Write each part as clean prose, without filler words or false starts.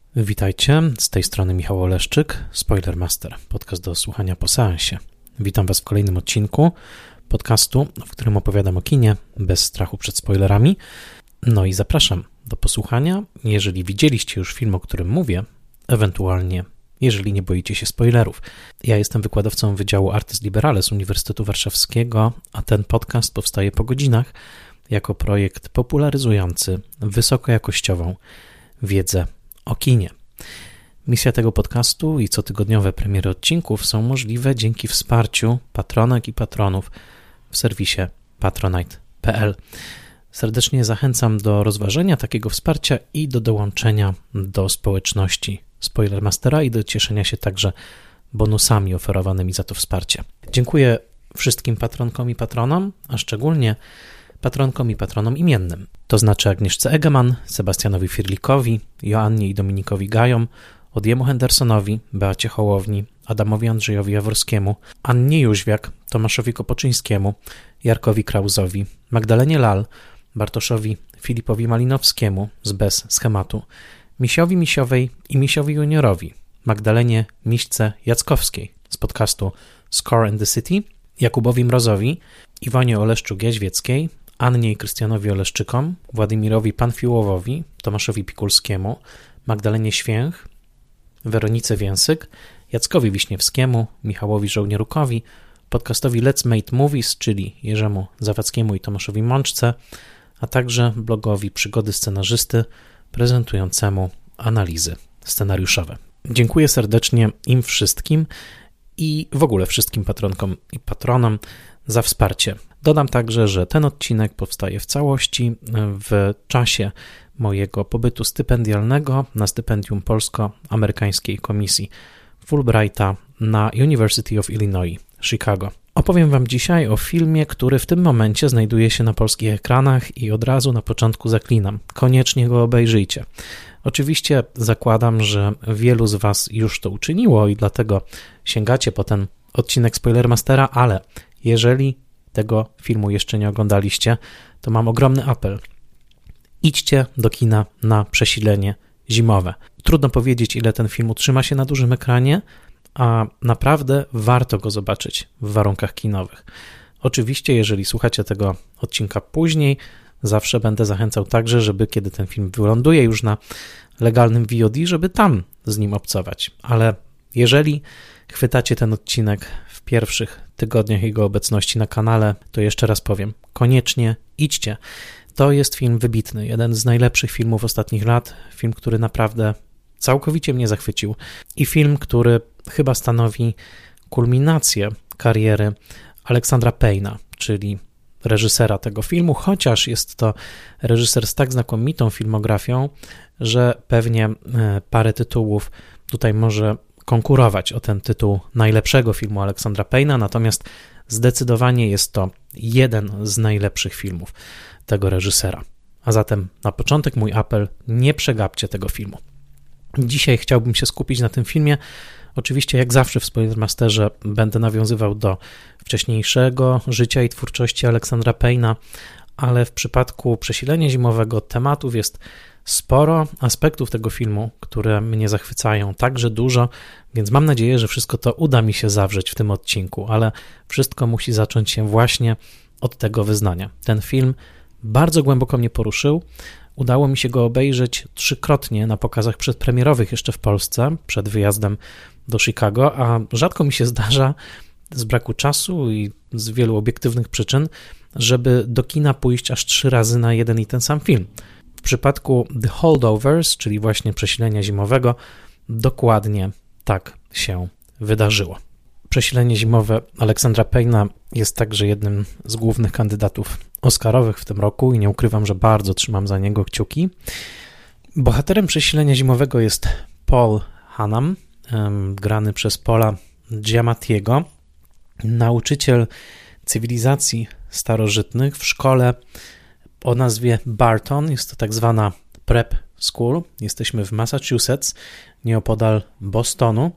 Witajcie, z tej strony Michał Oleszczyk, Spoilermaster, podcast do słuchania po seansie. Witam Was w kolejnym odcinku podcastu, w którym opowiadam o kinie bez strachu przed spoilerami. No i zapraszam do posłuchania, jeżeli widzieliście już film, o którym mówię, ewentualnie jeżeli nie boicie się spoilerów. Ja jestem wykładowcą Wydziału Artes Liberales Uniwersytetu Warszawskiego, a ten podcast powstaje po godzinach jako projekt popularyzujący wysokojakościową wiedzę o kinie. Misja tego podcastu i cotygodniowe premiery odcinków są możliwe dzięki wsparciu patronek i patronów w serwisie patronite.pl. Serdecznie zachęcam do rozważenia takiego wsparcia i do dołączenia do społeczności Spoilermastera i do cieszenia się także bonusami oferowanymi za to wsparcie. Dziękuję wszystkim patronkom i patronom, a szczególnie patronkom i patronom imiennym, to znaczy Agnieszce Egeman, Sebastianowi Firlikowi, Joannie i Dominikowi Gajom, Odiemu Hendersonowi, Beacie Hołowni, Adamowi Andrzejowi Jaworskiemu, Annie Jóźwiak, Tomaszowi Kopoczyńskiemu, Jarkowi Krauzowi, Magdalenie Lal, Bartoszowi Filipowi Malinowskiemu z Bez Schematu, Misiowi Misiowej i Misiowi Juniorowi, Magdalenie Miśce Jackowskiej z podcastu Score and the City, Jakubowi Mrozowi, Iwonie Oleszczuk-Jaźwieckiej, Annie i Krystianowi Oleszczykom, Władimirowi Panfiłowowi, Tomaszowi Pikulskiemu, Magdalenie Święch, Weronice Więsyk, Jackowi Wiśniewskiemu, Michałowi Żołnierukowi, podcastowi Let's Make Movies, czyli Jerzemu Zawadzkiemu i Tomaszowi Mączce, a także blogowi Przygody Scenarzysty prezentującemu analizy scenariuszowe. Dziękuję serdecznie im wszystkim i w ogóle wszystkim patronkom i patronom za wsparcie. Dodam także, że ten odcinek powstaje w całości w czasie mojego pobytu stypendialnego na stypendium Polsko-Amerykańskiej Komisji Fulbrighta na University of Illinois, Chicago. Opowiem Wam dzisiaj o filmie, który w tym momencie znajduje się na polskich ekranach i od razu na początku zaklinam. Koniecznie go obejrzyjcie. Oczywiście zakładam, że wielu z Was już to uczyniło i dlatego sięgacie po ten odcinek Spoilermastera, ale jeżeli tego filmu jeszcze nie oglądaliście, to mam ogromny apel. Idźcie do kina na przesilenie zimowe. Trudno powiedzieć, ile ten film utrzyma się na dużym ekranie, a naprawdę warto go zobaczyć w warunkach kinowych. Oczywiście, jeżeli słuchacie tego odcinka później, zawsze będę zachęcał także, żeby kiedy ten film wyląduje już na legalnym VOD, żeby tam z nim obcować. Ale jeżeli chwytacie ten odcinek w pierwszych tygodniach jego obecności na kanale, to jeszcze raz powiem, koniecznie idźcie. To jest film wybitny, jeden z najlepszych filmów ostatnich lat, film, który naprawdę całkowicie mnie zachwycił i film, który chyba stanowi kulminację kariery Aleksandra Payna, czyli reżysera tego filmu, chociaż jest to reżyser z tak znakomitą filmografią, że pewnie parę tytułów tutaj może konkurować o ten tytuł najlepszego filmu Aleksandra Payna, natomiast zdecydowanie jest to jeden z najlepszych filmów tego reżysera. A zatem na początek mój apel, nie przegapcie tego filmu. Dzisiaj chciałbym się skupić na tym filmie. Oczywiście jak zawsze w Spoilermasterze będę nawiązywał do wcześniejszego życia i twórczości Aleksandra Payna, ale w przypadku Przesilenia zimowego tematów jest sporo aspektów tego filmu, które mnie zachwycają, także dużo, więc mam nadzieję, że wszystko to uda mi się zawrzeć w tym odcinku, ale wszystko musi zacząć się właśnie od tego wyznania. Ten film bardzo głęboko mnie poruszył. Udało mi się go obejrzeć 3-krotnie na pokazach przedpremierowych jeszcze w Polsce, przed wyjazdem do Chicago, a rzadko mi się zdarza z braku czasu i z wielu obiektywnych przyczyn, żeby do kina pójść aż 3 razy na jeden i ten sam film. W przypadku The Holdovers, czyli właśnie Przesilenia zimowego, dokładnie tak się wydarzyło. Przesilenie zimowe Aleksandra Payna jest także jednym z głównych kandydatów oscarowych w tym roku i nie ukrywam, że bardzo trzymam za niego kciuki. Bohaterem Przesilenia zimowego jest Paul Hanam, grany przez Paula Giamattiego, nauczyciel cywilizacji starożytnych w szkole o nazwie Barton. Jest to tak zwana prep school. Jesteśmy w Massachusetts, nieopodal Bostonu.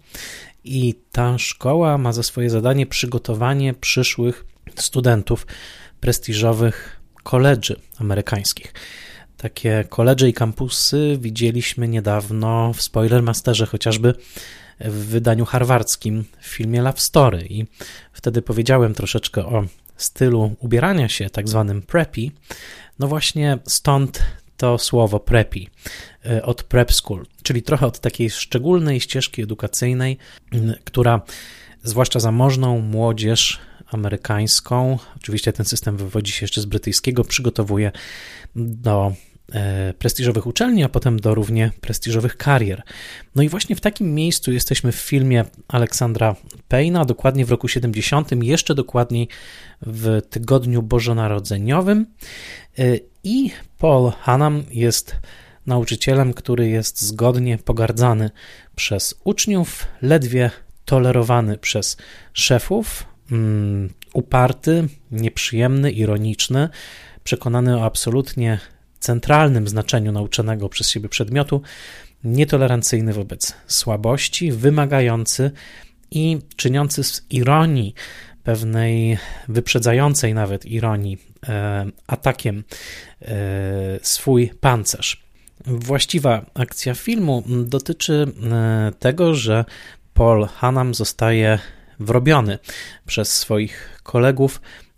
I ta szkoła ma za swoje zadanie przygotowanie przyszłych studentów prestiżowych koledży amerykańskich. takie koledże i kampusy widzieliśmy niedawno w Spoilermasterze, chociażby w wydaniu harwardzkim w filmie Love Story i wtedy powiedziałem troszeczkę o stylu ubierania się, tak zwanym preppy. No właśnie stąd to słowo preppy, od prep school, czyli trochę od takiej szczególnej ścieżki edukacyjnej, która zwłaszcza zamożną młodzież amerykańską, oczywiście ten system wywodzi się jeszcze z brytyjskiego, przygotowuje do prestiżowych uczelni, a potem do równie prestiżowych karier. No i właśnie w takim miejscu jesteśmy w filmie Aleksandra Payne'a, dokładnie w roku 70, jeszcze dokładniej w tygodniu bożonarodzeniowym i Paul Hannan jest nauczycielem, który jest zgodnie pogardzany przez uczniów, ledwie tolerowany przez szefów, uparty, nieprzyjemny, ironiczny, przekonany o absolutnie centralnym znaczeniu nauczonego przez siebie przedmiotu, nietolerancyjny wobec słabości, wymagający i czyniący z ironii, pewnej wyprzedzającej nawet ironii, atakiem swój pancerz. Właściwa akcja filmu dotyczy tego, że Paul Hannan zostaje wrobiony przez swoich kolegów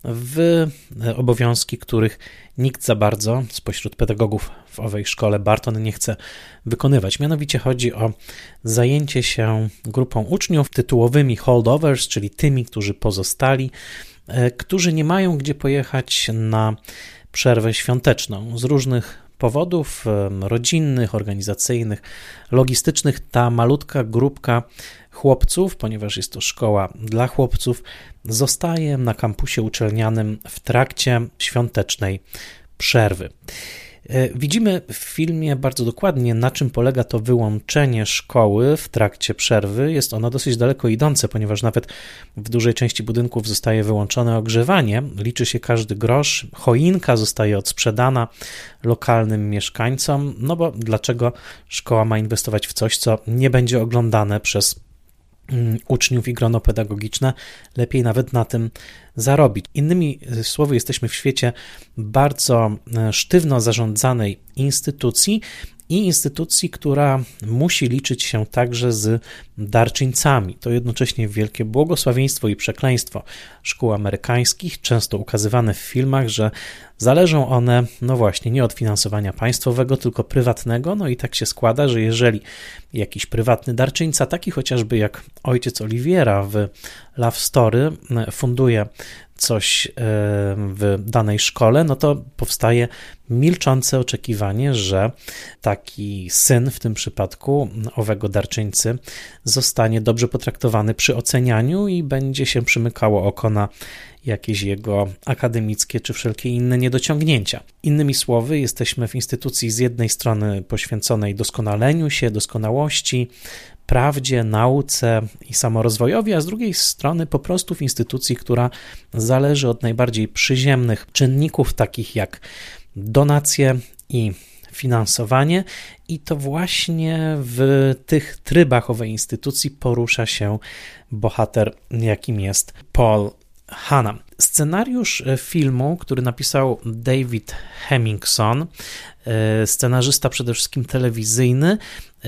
w obowiązki, których nikt za bardzo spośród pedagogów w owej szkole Barton nie chce wykonywać. Mianowicie chodzi o zajęcie się grupą uczniów tytułowymi holdovers, czyli tymi, którzy pozostali, którzy nie mają gdzie pojechać na przerwę świąteczną z różnych powodów rodzinnych, organizacyjnych, logistycznych. Ta malutka grupka chłopców, ponieważ jest to szkoła dla chłopców, zostaje na kampusie uczelnianym w trakcie świątecznej przerwy. Widzimy w filmie bardzo dokładnie, na czym polega to wyłączenie szkoły w trakcie przerwy. Jest ono dosyć daleko idące, ponieważ nawet w dużej części budynków zostaje wyłączone ogrzewanie, liczy się każdy grosz, choinka zostaje odsprzedana lokalnym mieszkańcom, no bo dlaczego szkoła ma inwestować w coś, co nie będzie oglądane przez uczniów i grono pedagogiczne, lepiej nawet na tym zarobić. Innymi słowy, jesteśmy w świecie bardzo sztywno zarządzanej instytucji i instytucji, która musi liczyć się także z darczyńcami. To jednocześnie wielkie błogosławieństwo i przekleństwo szkół amerykańskich, często ukazywane w filmach, że zależą one, no właśnie, nie od finansowania państwowego, tylko prywatnego, no i tak się składa, że jeżeli jakiś prywatny darczyńca, taki chociażby jak ojciec Oliviera w Love Story, funduje coś w danej szkole, no to powstaje milczące oczekiwanie, że taki syn, w tym przypadku owego darczyńcy, zostanie dobrze potraktowany przy ocenianiu i będzie się przymykało oko na jakieś jego akademickie czy wszelkie inne niedociągnięcia. Innymi słowy, jesteśmy w instytucji z jednej strony poświęconej doskonaleniu się, doskonałości, prawdzie, nauce i samorozwojowi, a z drugiej strony po prostu w instytucji, która zależy od najbardziej przyziemnych czynników, takich jak donacje i finansowanie, i to właśnie w tych trybach owej instytucji porusza się bohater, jakim jest Paul Hannan. Scenariusz filmu, który napisał David Hemmingson, scenarzysta przede wszystkim telewizyjny,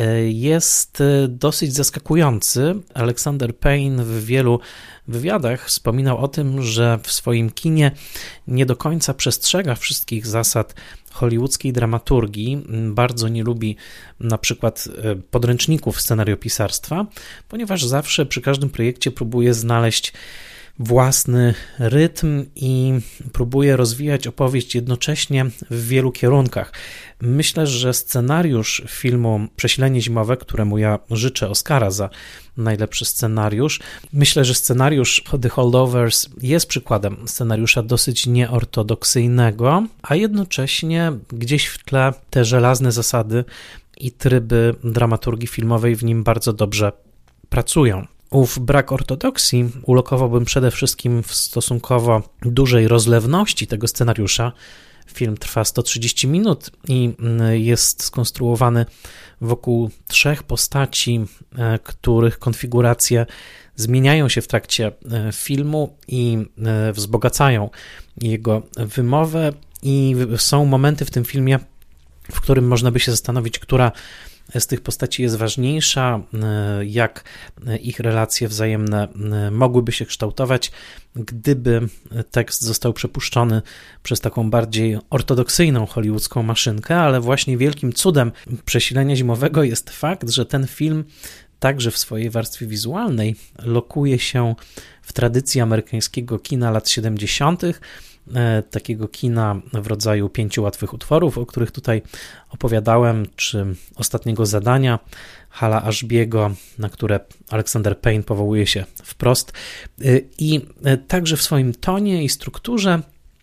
jest dosyć zaskakujący. Alexander Payne w wielu wywiadach wspominał o tym, że w swoim kinie nie do końca przestrzega wszystkich zasad hollywoodzkiej dramaturgii, bardzo nie lubi na przykład podręczników scenariopisarstwa, ponieważ zawsze przy każdym projekcie próbuje znaleźć własny rytm i próbuje rozwijać opowieść jednocześnie w wielu kierunkach. Myślę, że scenariusz filmu Przesilenie zimowe, któremu ja życzę Oscara za najlepszy scenariusz, myślę, że scenariusz The Holdovers jest przykładem scenariusza dosyć nieortodoksyjnego, a jednocześnie gdzieś w tle te żelazne zasady i tryby dramaturgii filmowej w nim bardzo dobrze pracują. Ów brak ortodoksji ulokowałbym przede wszystkim w stosunkowo dużej rozlewności tego scenariusza. Film trwa 130 minut i jest skonstruowany wokół 3 postaci, których konfiguracje zmieniają się w trakcie filmu i wzbogacają jego wymowę, i są momenty w tym filmie, w którym można by się zastanowić, która z tych postaci jest ważniejsza, jak ich relacje wzajemne mogłyby się kształtować, gdyby tekst został przepuszczony przez taką bardziej ortodoksyjną hollywoodzką maszynkę, ale właśnie wielkim cudem Przesilenia zimowego jest fakt, że ten film także w swojej warstwie wizualnej lokuje się w tradycji amerykańskiego kina lat 70., takiego kina w rodzaju 5 łatwych utworów, o których tutaj opowiadałem, czy Ostatniego zadania Hala Ashby'ego, na które Alexander Payne powołuje się wprost, i także w swoim tonie i strukturze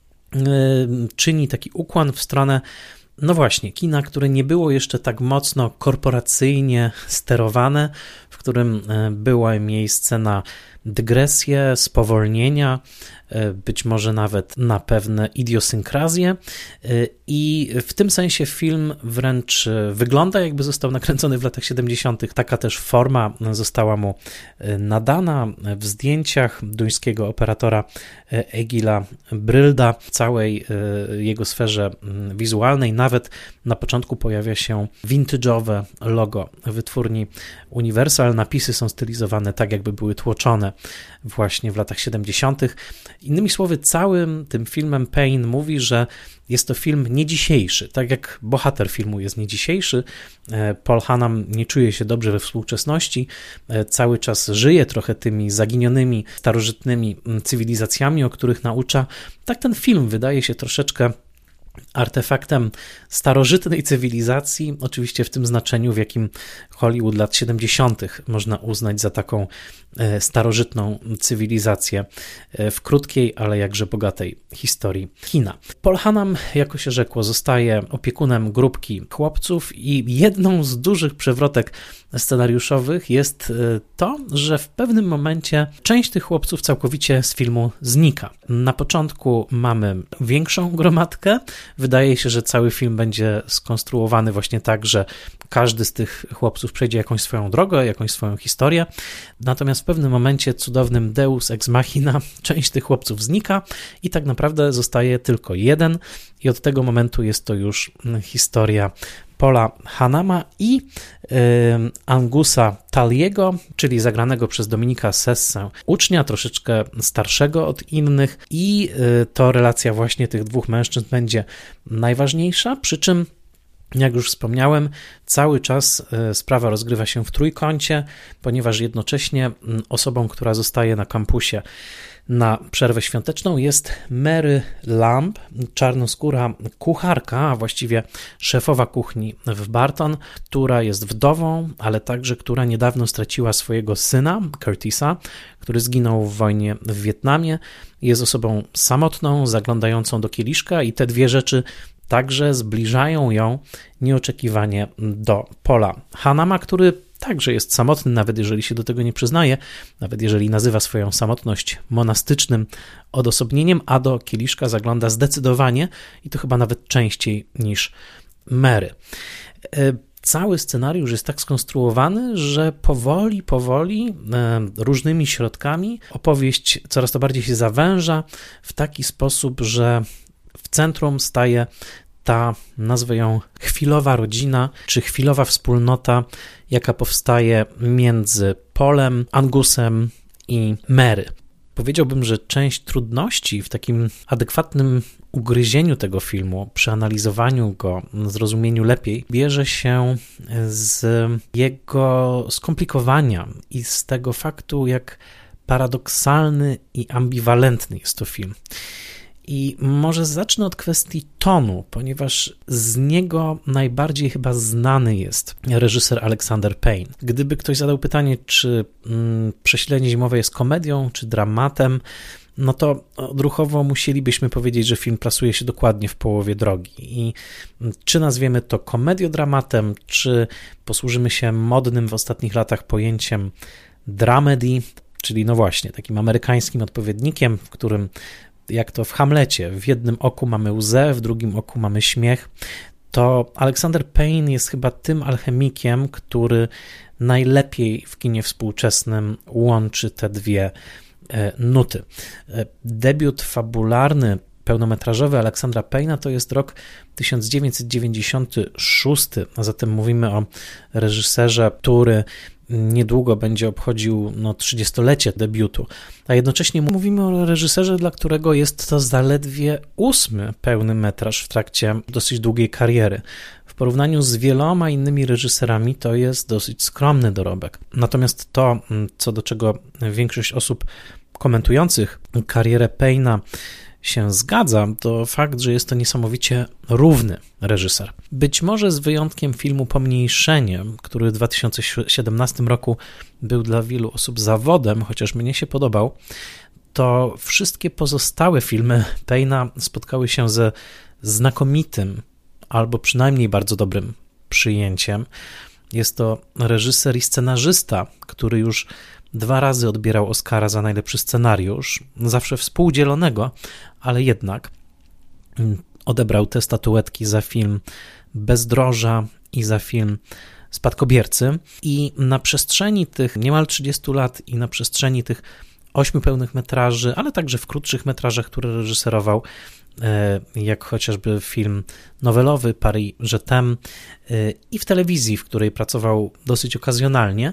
czyni taki ukłon w stronę, no właśnie, kina, które nie było jeszcze tak mocno korporacyjnie sterowane, w którym było miejsce na dygresje, spowolnienia, być może nawet na pewne idiosynkrazje, i w tym sensie film wręcz wygląda, jakby został nakręcony w latach 70. Taka też forma została mu nadana w zdjęciach duńskiego operatora Egila Brylda, w całej jego sferze wizualnej. Nawet na początku pojawia się vintage'owe logo wytwórni Universal. Napisy są stylizowane tak, jakby były tłoczone właśnie w latach 70. Innymi słowy, całym tym filmem Payne mówi, że jest to film niedzisiejszy, tak jak bohater filmu jest niedzisiejszy. Paul Hannan nie czuje się dobrze we współczesności, cały czas żyje trochę tymi zaginionymi, starożytnymi cywilizacjami, o których naucza. Tak ten film wydaje się troszeczkę artefaktem starożytnej cywilizacji, oczywiście w tym znaczeniu, w jakim Hollywood lat 70. można uznać za taką starożytną cywilizację w krótkiej, ale jakże bogatej historii kina. Paul Hannan, jako się rzekło, zostaje opiekunem grupki chłopców i jedną z dużych przewrotek scenariuszowych jest to, że w pewnym momencie część tych chłopców całkowicie z filmu znika. Na początku mamy większą gromadkę. Wydaje się, że cały film będzie skonstruowany właśnie tak, że każdy z tych chłopców przejdzie jakąś swoją drogę, jakąś swoją historię. Natomiast w pewnym momencie cudownym deus ex machina część tych chłopców znika i tak naprawdę zostaje tylko jeden i od tego momentu jest to już historia Paula Hannama i Angusa Taliego, czyli zagranego przez Dominika Sessę, ucznia troszeczkę starszego od innych, i to relacja właśnie tych dwóch mężczyzn będzie najważniejsza, przy czym, jak już wspomniałem, cały czas sprawa rozgrywa się w trójkącie, ponieważ jednocześnie osobą, która zostaje na kampusie na przerwę świąteczną, jest Mary Lamb, czarnoskóra kucharka, a właściwie szefowa kuchni w Barton, która jest wdową, ale także która niedawno straciła swojego syna, Curtisa, który zginął w wojnie w Wietnamie. Jest osobą samotną, zaglądającą do kieliszka, i te dwie rzeczy także zbliżają ją nieoczekiwanie do Paula Hannama, który także jest samotny, nawet jeżeli się do tego nie przyznaje, nawet jeżeli nazywa swoją samotność monastycznym odosobnieniem, a do kieliszka zagląda zdecydowanie i to chyba nawet częściej niż Mary. Cały scenariusz jest tak skonstruowany, że powoli, różnymi środkami opowieść coraz to bardziej się zawęża w taki sposób, że w centrum staje ta, nazwę ją, chwilowa rodzina, czy chwilowa wspólnota, jaka powstaje między Paulem, Angusem i Mary. Powiedziałbym, że część trudności w takim adekwatnym ugryzieniu tego filmu, przeanalizowaniu go, zrozumieniu lepiej, bierze się z jego skomplikowania i z tego faktu, jak paradoksalny i ambiwalentny jest to film. I może zacznę od kwestii tonu, ponieważ z niego najbardziej chyba znany jest reżyser Alexander Payne. Gdyby ktoś zadał pytanie, czy Przesilenie zimowe jest komedią, czy dramatem, no to odruchowo musielibyśmy powiedzieć, że film plasuje się dokładnie w połowie drogi. I czy nazwiemy to komediodramatem, czy posłużymy się modnym w ostatnich latach pojęciem dramedy, czyli no właśnie takim amerykańskim odpowiednikiem, w którym, jak to w Hamlecie, w jednym oku mamy łzę, w drugim oku mamy śmiech, to Alexander Payne jest chyba tym alchemikiem, który najlepiej w kinie współczesnym łączy te dwie nuty. Debiut fabularny pełnometrażowy Aleksandra Payna to jest rok 1996, a zatem mówimy o reżyserze, który niedługo będzie obchodził 30-lecie debiutu, a jednocześnie mówimy o reżyserze, dla którego jest to zaledwie 8. pełny metraż w trakcie dosyć długiej kariery. W porównaniu z wieloma innymi reżyserami to jest dosyć skromny dorobek. Natomiast to, co do czego większość osób komentujących karierę Payna się zgadza, to fakt, że jest to niesamowicie równy reżyser. Być może z wyjątkiem filmu Pomniejszenie, który w 2017 roku był dla wielu osób zawodem, chociaż mnie się podobał, to wszystkie pozostałe filmy Payna spotkały się ze znakomitym, albo przynajmniej bardzo dobrym przyjęciem. Jest to reżyser i scenarzysta, który już 2 razy odbierał Oscara za najlepszy scenariusz, zawsze współdzielonego, ale jednak odebrał te statuetki za film Bezdroża i za film Spadkobiercy. I na przestrzeni tych niemal 30 lat i na przestrzeni tych 8 pełnych metraży, ale także w krótszych metrażach, które reżyserował, jak chociażby film nowelowy Paris Je t'aime i w telewizji, w której pracował dosyć okazjonalnie,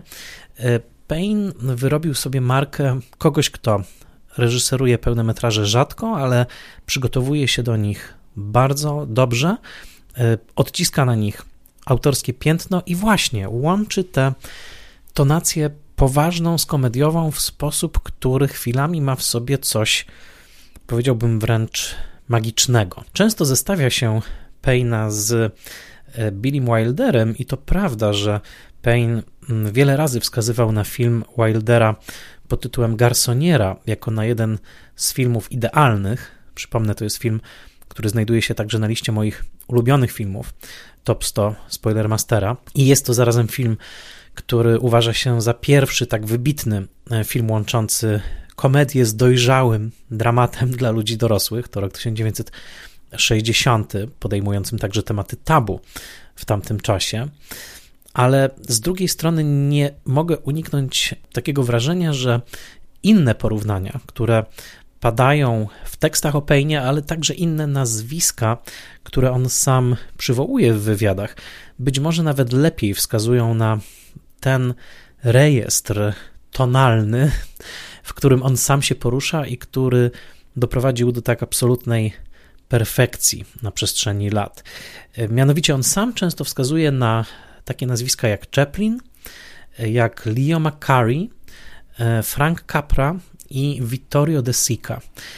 Payne wyrobił sobie markę kogoś, kto reżyseruje pełne metraże rzadko, ale przygotowuje się do nich bardzo dobrze, odciska na nich autorskie piętno i właśnie łączy tę tonację poważną z komediową w sposób, który chwilami ma w sobie coś, powiedziałbym wręcz magicznego. Często zestawia się Payna z Billym Wilderem i to prawda, że Payne wiele razy wskazywał na film Wildera pod tytułem Garsoniera jako na jeden z filmów idealnych. Przypomnę, to jest film, który znajduje się także na liście moich ulubionych filmów, Top 100 Spoilermastera, i jest to zarazem film, który uważa się za pierwszy tak wybitny film łączący komedię z dojrzałym dramatem dla ludzi dorosłych. To rok 1960, podejmującym także tematy tabu w tamtym czasie. Ale z drugiej strony nie mogę uniknąć takiego wrażenia, że inne porównania, które padają w tekstach o Paynie, ale także inne nazwiska, które on sam przywołuje w wywiadach, być może nawet lepiej wskazują na ten rejestr tonalny, w którym on sam się porusza i który doprowadził do tak absolutnej perfekcji na przestrzeni lat. Mianowicie on sam często wskazuje na takie nazwiska jak Chaplin, jak Leo McCarey, Frank Capra i Vittorio De Sica.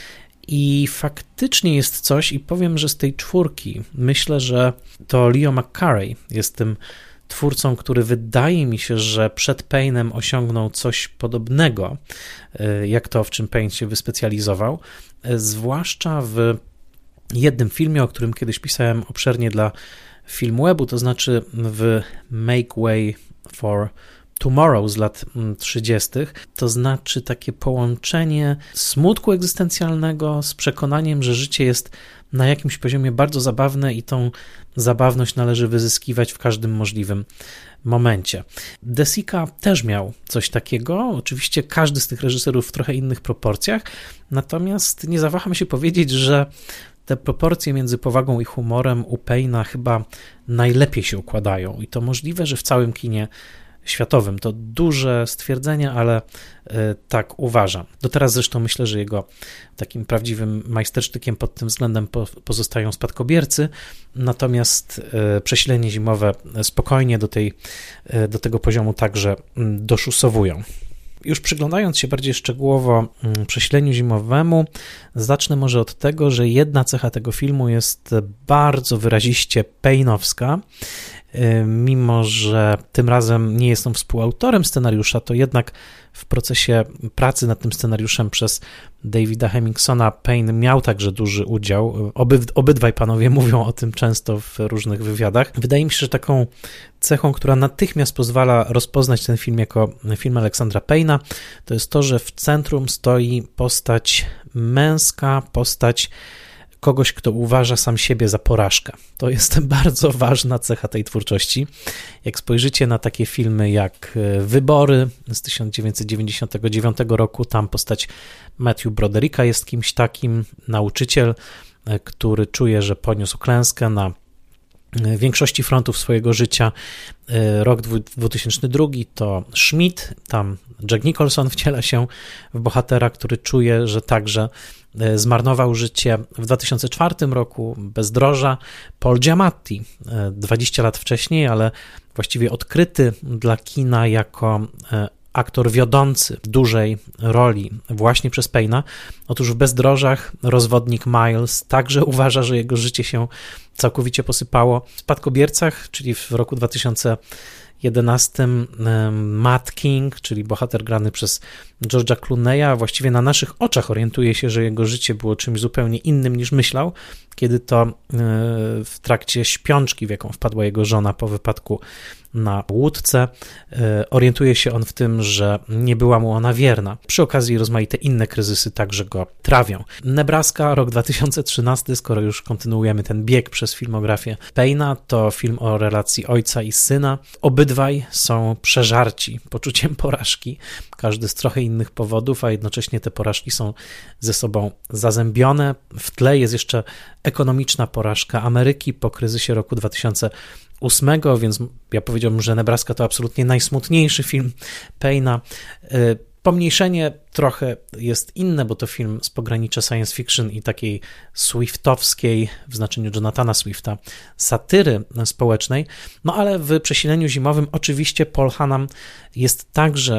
I faktycznie jest coś, i powiem, że z tej czwórki myślę, że to Leo McCarey jest tym twórcą, który wydaje mi się, że przed Paynem osiągnął coś podobnego, jak to, w czym Payne się wyspecjalizował, zwłaszcza w jednym filmie, o którym kiedyś pisałem obszernie dla Filmwebu, to znaczy w Make Way for Tomorrow z lat 30., to znaczy takie połączenie smutku egzystencjalnego z przekonaniem, że życie jest na jakimś poziomie bardzo zabawne i tą zabawność należy wyzyskiwać w każdym możliwym momencie. De Sica też miał coś takiego, oczywiście każdy z tych reżyserów w trochę innych proporcjach, natomiast nie zawaham się powiedzieć, że te proporcje między powagą i humorem u Payna chyba najlepiej się układają i to możliwe, że w całym kinie światowym. To duże stwierdzenie, ale tak uważam. Do teraz zresztą myślę, że jego takim prawdziwym majstersztykiem pod tym względem pozostają Spadkobiercy, natomiast Przesilenie zimowe spokojnie do tego poziomu także doszusowują. Już przyglądając się bardziej szczegółowo Przesileniu zimowemu, zacznę może od tego, że jedna cecha tego filmu jest bardzo wyraziście payne'owska. Mimo że tym razem nie jestem współautorem scenariusza, to jednak w procesie pracy nad tym scenariuszem przez Davida Hemmingsona Payne miał także duży udział. Obydwaj panowie mówią o tym często w różnych wywiadach. Wydaje mi się, że taką cechą, która natychmiast pozwala rozpoznać ten film jako film Aleksandra Payna, to jest to, że w centrum stoi postać męska, postać kogoś, kto uważa sam siebie za porażkę. To jest bardzo ważna cecha tej twórczości. Jak spojrzycie na takie filmy jak Wybory z 1999 roku, tam postać Matthew Brodericka jest kimś takim, Nauczyciel który czuje, że poniósł klęskę na większości frontów swojego życia. Rok 2002 to Schmidt, tam Jack Nicholson wciela się w bohatera, który czuje, że także zmarnował życie. W 2004 roku Bezdroża Paul Giamatti, 20 lat wcześniej, ale właściwie odkryty dla kina jako aktor wiodący dużej roli właśnie przez Payne'a. Otóż w Bezdrożach rozwodnik Miles także uważa, że jego życie się całkowicie posypało. W Spadkobiercach, czyli w roku 2011 Matt King, czyli bohater grany przez George'a Clooney'a, właściwie na naszych oczach orientuje się, że jego życie było czymś zupełnie innym niż myślał, kiedy to w trakcie śpiączki, w jaką wpadła jego żona po wypadku na łódce, orientuje się on w tym, że nie była mu ona wierna. Przy okazji rozmaite inne kryzysy także go trawią. Nebraska, rok 2013, skoro już kontynuujemy ten bieg przez filmografię Payne'a, to film o relacji ojca i syna. Obydwaj są przeżarci poczuciem porażki, każdy z trochę innych powodów, a jednocześnie te porażki są ze sobą zazębione. W tle jest jeszcze ekonomiczna porażka Ameryki po kryzysie roku 2008, więc ja powiedziałbym, że Nebraska to absolutnie najsmutniejszy film Payne'a. Pomniejszenie trochę jest inne, bo to film z pogranicza science fiction i takiej swiftowskiej, w znaczeniu Jonathana Swifta, satyry społecznej, no ale w Przesileniu zimowym oczywiście Paul Hannan jest także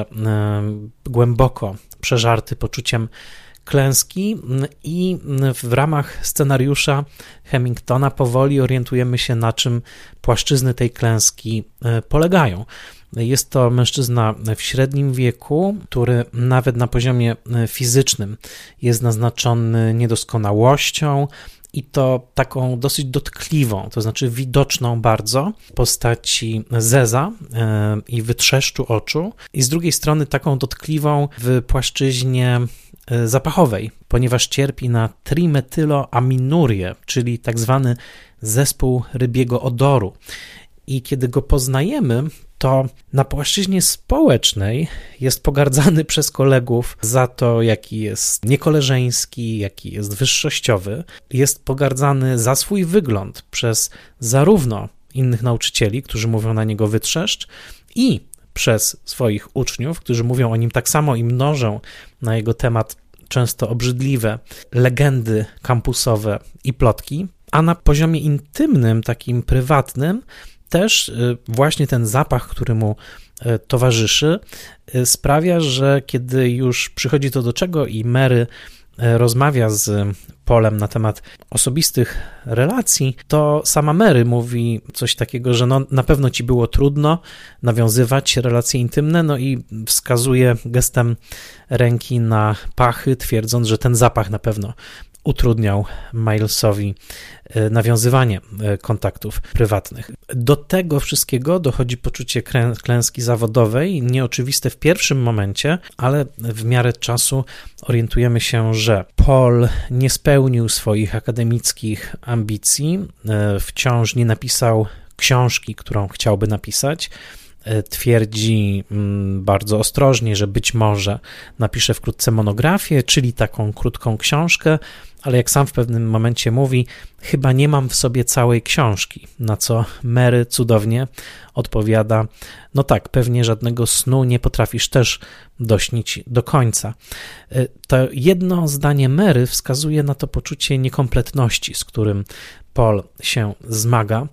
głęboko przeżarty poczuciem klęski i w ramach scenariusza Hemingtona powoli orientujemy się, na czym płaszczyzny tej klęski polegają. Jest to mężczyzna w średnim wieku, który nawet na poziomie fizycznym jest naznaczony niedoskonałością i to taką dosyć dotkliwą, to znaczy widoczną bardzo w postaci zeza i wytrzeszczu oczu i z drugiej strony taką dotkliwą w płaszczyźnie zapachowej, ponieważ cierpi na trimetyloaminurię, czyli tak zwany zespół rybiego odoru. I kiedy go poznajemy, to na płaszczyźnie społecznej jest pogardzany przez kolegów za to, jaki jest niekoleżeński, jaki jest wyższościowy. Jest pogardzany za swój wygląd przez zarówno innych nauczycieli, którzy mówią na niego wytrzeszcz, i przez swoich uczniów, którzy mówią o nim tak samo i mnożą na jego temat często obrzydliwe legendy kampusowe i plotki, a na poziomie intymnym, takim prywatnym, też właśnie ten zapach, który mu towarzyszy, sprawia, że kiedy już przychodzi to do czego i Mary rozmawia z Paulem na temat osobistych relacji, to sama Mary mówi coś takiego, że no, na pewno ci było trudno nawiązywać relacje intymne, no i wskazuje gestem ręki na pachy, twierdząc, że ten zapach na pewno utrudniał Milesowi nawiązywanie kontaktów prywatnych. Do tego wszystkiego dochodzi poczucie klęski zawodowej, nieoczywiste w pierwszym momencie, ale w miarę czasu orientujemy się, że Paul nie spełnił swoich akademickich ambicji, wciąż nie napisał książki, którą chciałby napisać. Twierdzi bardzo ostrożnie, że być może napisze wkrótce monografię, czyli taką krótką książkę, ale jak sam w pewnym momencie mówi, chyba nie mam w sobie całej książki, na co Mary cudownie odpowiada, no tak, pewnie żadnego snu nie potrafisz też dośnić do końca. To jedno zdanie Mary wskazuje na to poczucie niekompletności, z którym Paul się zmaga,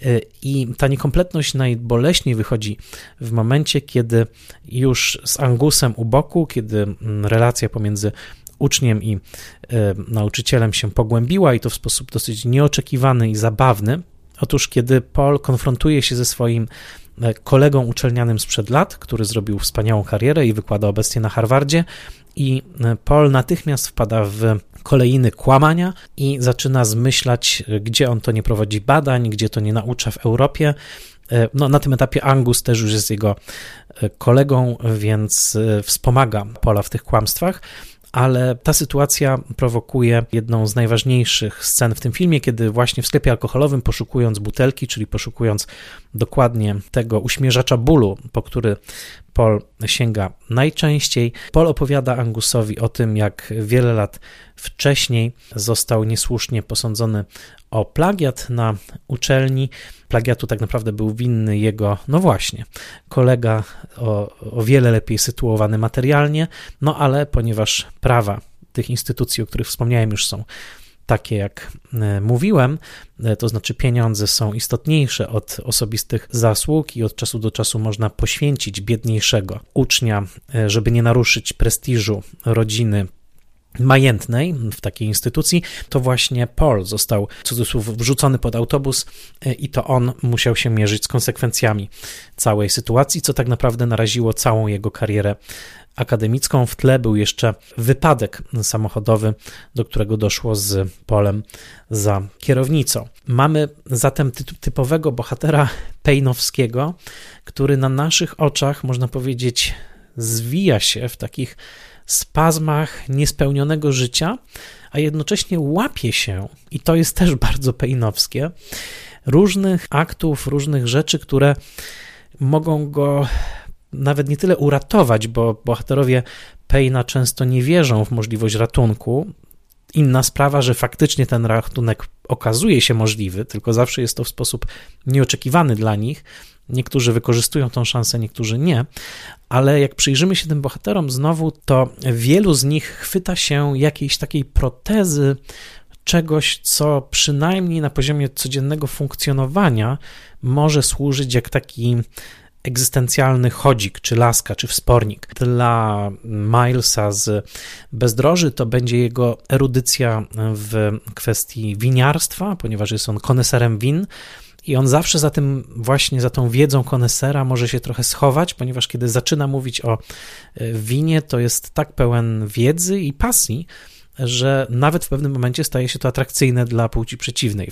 i ta niekompletność najboleśniej wychodzi w momencie, kiedy już z Angusem u boku, kiedy relacja pomiędzy uczniem i nauczycielem się pogłębiła i to w sposób dosyć nieoczekiwany i zabawny. Otóż kiedy Paul konfrontuje się ze swoim kolegą uczelnianym sprzed lat, który zrobił wspaniałą karierę i wykłada obecnie na Harvardzie, i Paul natychmiast wpada w kolejny kłamania i zaczyna zmyślać, gdzie on to nie prowadzi badań, gdzie to nie naucza w Europie. No, na tym etapie Angus też już jest jego kolegą, więc wspomaga Paula w tych kłamstwach, ale ta sytuacja prowokuje jedną z najważniejszych scen w tym filmie, kiedy właśnie w sklepie alkoholowym, poszukując butelki, czyli poszukując dokładnie tego uśmierzacza bólu, po który Paul sięga najczęściej, Paul opowiada Angusowi o tym, jak wiele lat wcześniej został niesłusznie posądzony o plagiat na uczelni. Plagiatu tak naprawdę był winny jego, no właśnie, kolega o wiele lepiej sytuowany materialnie, no ale ponieważ prawa tych instytucji, o których wspomniałem, już są takie, jak mówiłem, to znaczy pieniądze są istotniejsze od osobistych zasług i od czasu do czasu można poświęcić biedniejszego ucznia, żeby nie naruszyć prestiżu rodziny majętnej w takiej instytucji, to właśnie Paul został, w cudzysłów, wrzucony pod autobus i to on musiał się mierzyć z konsekwencjami całej sytuacji, co tak naprawdę naraziło całą jego karierę akademicką. W tle był jeszcze wypadek samochodowy, do którego doszło z Paulem za kierownicą. Mamy zatem typowego bohatera pejnowskiego, który na naszych oczach, można powiedzieć, zwija się w takich spazmach niespełnionego życia, a jednocześnie łapie się, i to jest też bardzo pejnowskie, różnych aktów, różnych rzeczy, które mogą go nawet nie tyle uratować, bo bohaterowie Payna często nie wierzą w możliwość ratunku. Inna sprawa, że faktycznie ten ratunek okazuje się możliwy, tylko zawsze jest to w sposób nieoczekiwany dla nich. Niektórzy wykorzystują tą szansę, niektórzy nie, ale jak przyjrzymy się tym bohaterom znowu, to wielu z nich chwyta się jakiejś takiej protezy, czegoś, co przynajmniej na poziomie codziennego funkcjonowania może służyć jak taki egzystencjalny chodzik, czy laska, czy wspornik. Dla Milesa z Bezdroży to będzie jego erudycja w kwestii winiarstwa, ponieważ jest on koneserem win i on zawsze za tą wiedzą konesera może się trochę schować, ponieważ kiedy zaczyna mówić o winie, to jest tak pełen wiedzy i pasji, że nawet w pewnym momencie staje się to atrakcyjne dla płci przeciwnej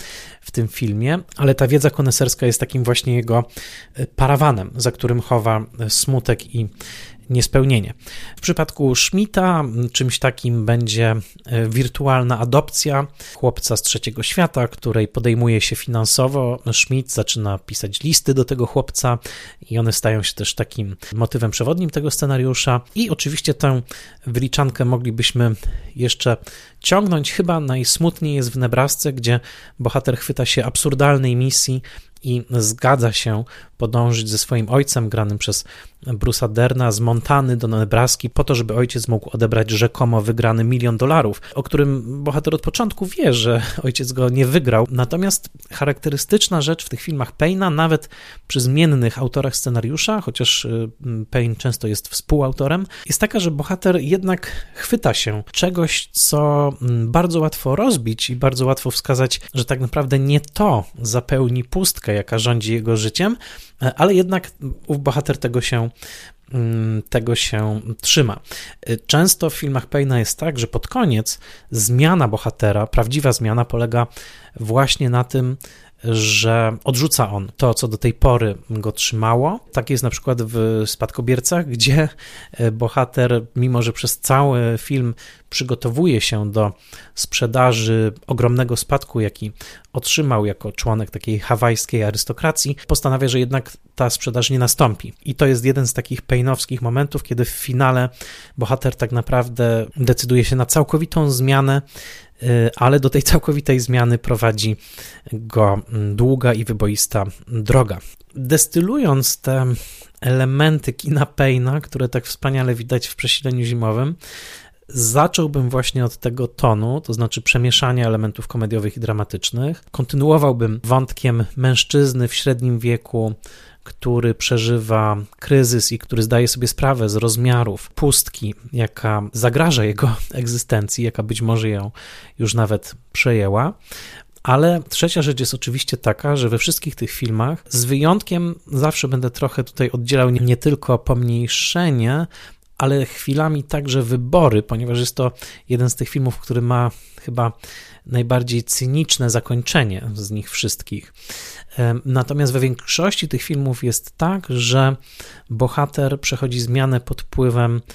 w tym filmie, ale ta wiedza koneserska jest takim właśnie jego parawanem, za którym chowa smutek i niespełnienie. W przypadku Schmidta czymś takim będzie wirtualna adopcja chłopca z trzeciego świata, której podejmuje się finansowo. Schmidt zaczyna pisać listy do tego chłopca i one stają się też takim motywem przewodnim tego scenariusza. I oczywiście tę wyliczankę moglibyśmy jeszcze ciągnąć. Chyba najsmutniej jest w Nebrasce, gdzie bohater chwyta się absurdalnej misji i zgadza się podążyć ze swoim ojcem, granym przez Bruce'a Derna, z Montany do Nebraski po to, żeby ojciec mógł odebrać rzekomo wygrany $1 milion, o którym bohater od początku wie, że ojciec go nie wygrał. Natomiast charakterystyczna rzecz w tych filmach Payna, nawet przy zmiennych autorach scenariusza, chociaż Payne często jest współautorem, jest taka, że bohater jednak chwyta się czegoś, co bardzo łatwo rozbić i bardzo łatwo wskazać, że tak naprawdę nie to zapełni pustkę, jaka rządzi jego życiem, ale jednak ów bohater tego się trzyma. Często w filmach Payna jest tak, że pod koniec zmiana bohatera, prawdziwa zmiana polega właśnie na tym, że odrzuca on to, co do tej pory go trzymało. Tak jest na przykład w Spadkobiercach, gdzie bohater, mimo że przez cały film przygotowuje się do sprzedaży ogromnego spadku, jaki otrzymał jako członek takiej hawajskiej arystokracji, postanawia, że jednak ta sprzedaż nie nastąpi. I to jest jeden z takich pejnowskich momentów, kiedy w finale bohater tak naprawdę decyduje się na całkowitą zmianę, ale do tej całkowitej zmiany prowadzi go długa i wyboista droga. Destylując te elementy kina Payna, które tak wspaniale widać w Przesileniu zimowym, zacząłbym właśnie od tego tonu, to znaczy przemieszania elementów komediowych i dramatycznych. Kontynuowałbym wątkiem mężczyzny w średnim wieku, który przeżywa kryzys i który zdaje sobie sprawę z rozmiarów pustki, jaka zagraża jego egzystencji, jaka być może ją już nawet przejęła. Ale trzecia rzecz jest oczywiście taka, że we wszystkich tych filmach, z wyjątkiem, zawsze będę trochę tutaj oddzielał nie tylko pomniejszenie, ale chwilami także wybory, ponieważ jest to jeden z tych filmów, który ma chyba najbardziej cyniczne zakończenie z nich wszystkich. Natomiast we większości tych filmów jest tak, że bohater przechodzi zmianę pod wpływem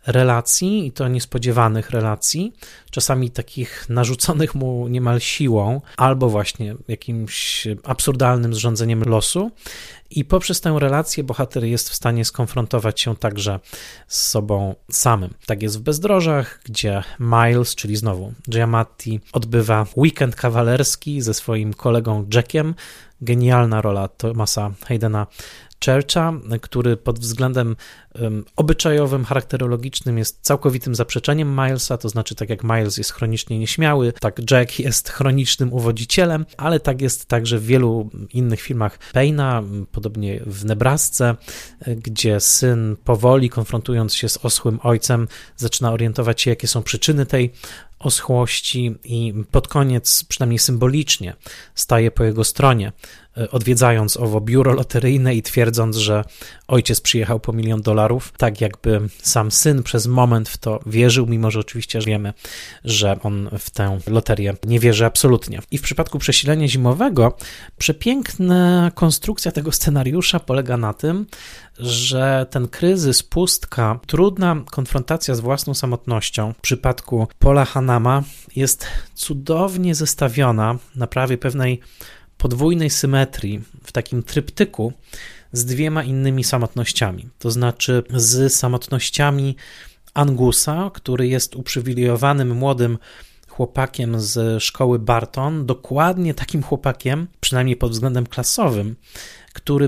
relacji, i to niespodziewanych relacji, czasami takich narzuconych mu niemal siłą, albo właśnie jakimś absurdalnym zrządzeniem losu. I poprzez tę relację bohater jest w stanie skonfrontować się także z sobą samym. Tak jest w Bezdrożach, gdzie Miles, czyli znowu Giamatti, odbywa weekend kawalerski ze swoim kolegą Jackiem. Genialna rola Thomasa Haydena Churcha, który pod względem obyczajowym, charakterologicznym jest całkowitym zaprzeczeniem Milesa, to znaczy tak jak Miles jest chronicznie nieśmiały, tak Jack jest chronicznym uwodzicielem, ale tak jest także w wielu innych filmach Payna, podobnie w Nebrasce, gdzie syn powoli, konfrontując się z oschłym ojcem, zaczyna orientować się, jakie są przyczyny tej oschłości i pod koniec, przynajmniej symbolicznie, staje po jego stronie, odwiedzając owo biuro loteryjne i twierdząc, że ojciec przyjechał po $1 milion, tak jakby sam syn przez moment w to wierzył, mimo że oczywiście wiemy, że on w tę loterię nie wierzy absolutnie. I w przypadku Przesilenia zimowego przepiękna konstrukcja tego scenariusza polega na tym, że ten kryzys, pustka, trudna konfrontacja z własną samotnością w przypadku Paula Hanama jest cudownie zestawiona na prawie pewnej podwójnej symetrii w takim tryptyku z 2 innymi samotnościami, to znaczy z samotnościami Angusa, który jest uprzywilejowanym młodym chłopakiem z szkoły Barton, dokładnie takim chłopakiem, przynajmniej pod względem klasowym, który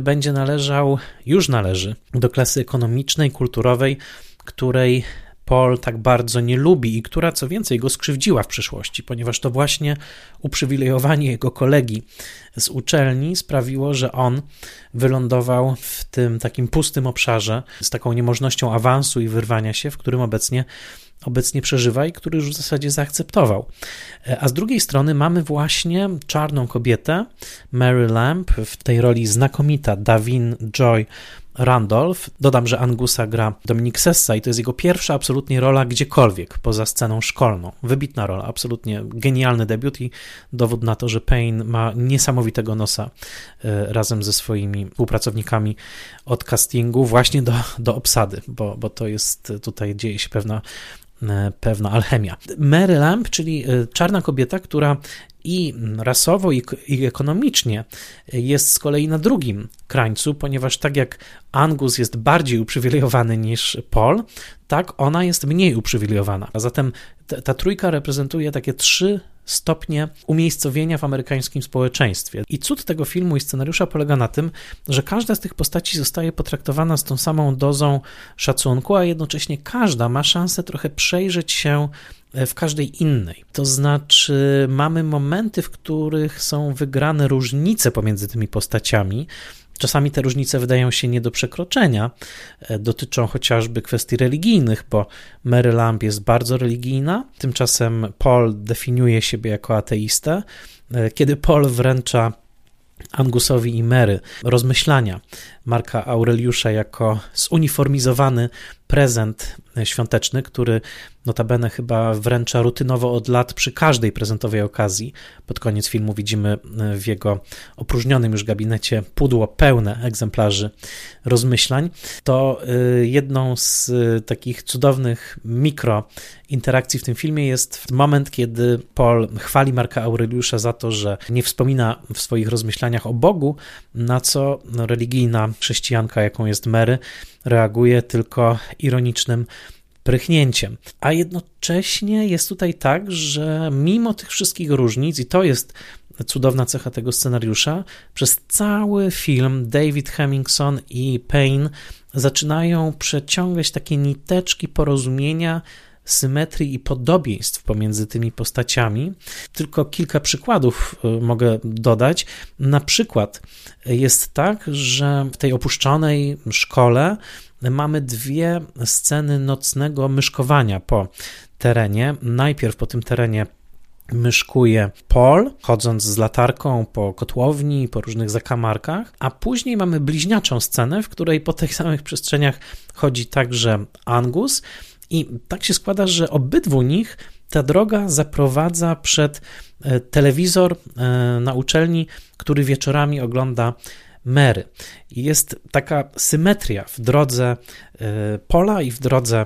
już należy do klasy ekonomicznej, kulturowej, której Paul tak bardzo nie lubi i która co więcej go skrzywdziła w przyszłości, ponieważ to właśnie uprzywilejowanie jego kolegi z uczelni sprawiło, że on wylądował w tym takim pustym obszarze z taką niemożnością awansu i wyrwania się, w którym obecnie przeżywa i który już w zasadzie zaakceptował. A z drugiej strony mamy właśnie czarną kobietę, Mary Lamb, w tej roli znakomita Davin Joy Randolph. Dodam, że Angusa gra Dominic Sessa i to jest jego pierwsza absolutnie rola gdziekolwiek poza sceną szkolną. Wybitna rola, absolutnie genialny debiut i dowód na to, że Payne ma niesamowitego nosa razem ze swoimi współpracownikami od castingu właśnie do obsady, bo to jest, tutaj dzieje się pewna alchemia. Mary Lamb, czyli czarna kobieta, która i rasowo, i ekonomicznie jest z kolei na drugim krańcu, ponieważ tak jak Angus jest bardziej uprzywilejowany niż Paul, tak ona jest mniej uprzywilejowana. A zatem ta trójka reprezentuje takie 3 stopnie umiejscowienia w amerykańskim społeczeństwie. I cud tego filmu i scenariusza polega na tym, że każda z tych postaci zostaje potraktowana z tą samą dozą szacunku, a jednocześnie każda ma szansę trochę przejrzeć się w każdej innej. To znaczy mamy momenty, w których są wygrane różnice pomiędzy tymi postaciami. Czasami te różnice wydają się nie do przekroczenia, dotyczą chociażby kwestii religijnych, bo Mary Lamb jest bardzo religijna, tymczasem Paul definiuje siebie jako ateistę. Kiedy Paul wręcza Angusowi i Mary rozmyślania Marka Aureliusza jako zuniformizowany prezent świąteczny, który notabene chyba wręcza rutynowo od lat przy każdej prezentowej okazji. Pod koniec filmu widzimy w jego opróżnionym już gabinecie pudło pełne egzemplarzy rozmyślań. To jedną z takich cudownych mikrointerakcji w tym filmie jest moment, kiedy Paul chwali Marka Aureliusza za to, że nie wspomina w swoich rozmyślaniach o Bogu, na co religijna chrześcijanka, jaką jest Mary, reaguje tylko ironicznym prychnięciem. A jednocześnie jest tutaj tak, że mimo tych wszystkich różnic, i to jest cudowna cecha tego scenariusza, przez cały film David Hemmingson i Payne zaczynają przeciągać takie niteczki porozumienia, symetrii i podobieństw pomiędzy tymi postaciami. Tylko kilka przykładów mogę dodać. Na przykład jest tak, że w tej opuszczonej szkole mamy 2 sceny nocnego myszkowania po terenie. Najpierw po tym terenie myszkuje Paul, chodząc z latarką po kotłowni, po różnych zakamarkach, a później mamy bliźniaczą scenę, w której po tych samych przestrzeniach chodzi także Angus. I tak się składa, że obydwu nich ta droga zaprowadza przed telewizor na uczelni, który wieczorami ogląda Mary. I jest taka symetria w drodze Paula i w drodze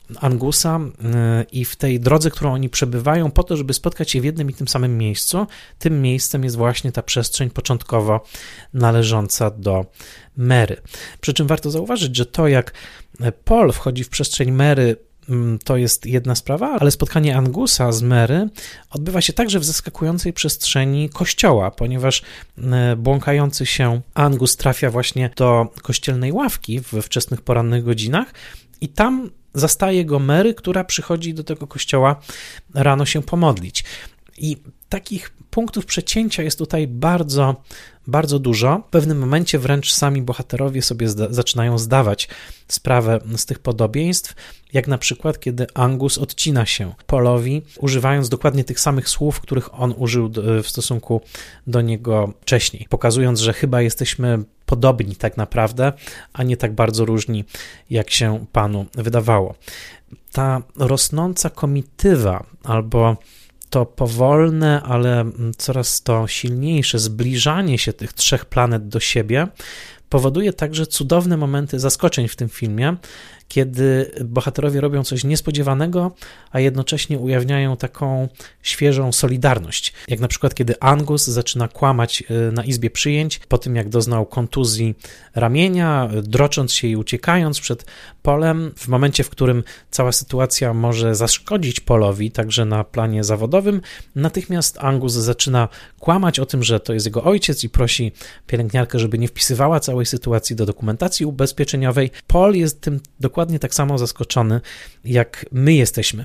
Angusa i w tej drodze, którą oni przebywają po to, żeby spotkać się w jednym i tym samym miejscu. Tym miejscem jest właśnie ta przestrzeń początkowo należąca do Mary. Przy czym warto zauważyć, że to, jak Paul wchodzi w przestrzeń Mary, to jest jedna sprawa, ale spotkanie Angusa z Mary odbywa się także w zaskakującej przestrzeni kościoła, ponieważ błąkający się Angus trafia właśnie do kościelnej ławki we wczesnych porannych godzinach i tam zastaje go Mary, która przychodzi do tego kościoła rano się pomodlić. I takich punktów przecięcia jest tutaj bardzo, bardzo dużo. W pewnym momencie wręcz sami bohaterowie sobie zaczynają zdawać sprawę z tych podobieństw, jak na przykład, kiedy Angus odcina się Paulowi, używając dokładnie tych samych słów, których on użył w stosunku do niego wcześniej, pokazując, że chyba jesteśmy podobni tak naprawdę, a nie tak bardzo różni, jak się panu wydawało. Ta rosnąca komitywa albo to powolne, ale coraz to silniejsze zbliżanie się tych trzech planet do siebie powoduje także cudowne momenty zaskoczeń w tym filmie, kiedy bohaterowie robią coś niespodziewanego, a jednocześnie ujawniają taką świeżą solidarność. Jak na przykład, kiedy Angus zaczyna kłamać na izbie przyjęć, po tym jak doznał kontuzji ramienia, drocząc się i uciekając przed Paulem, w momencie, w którym cała sytuacja może zaszkodzić Paulowi, także na planie zawodowym, natychmiast Angus zaczyna kłamać o tym, że to jest jego ojciec i prosi pielęgniarkę, żeby nie wpisywała całej sytuacji do dokumentacji ubezpieczeniowej. Paul jest tym dokładnie tak samo zaskoczony, jak my jesteśmy.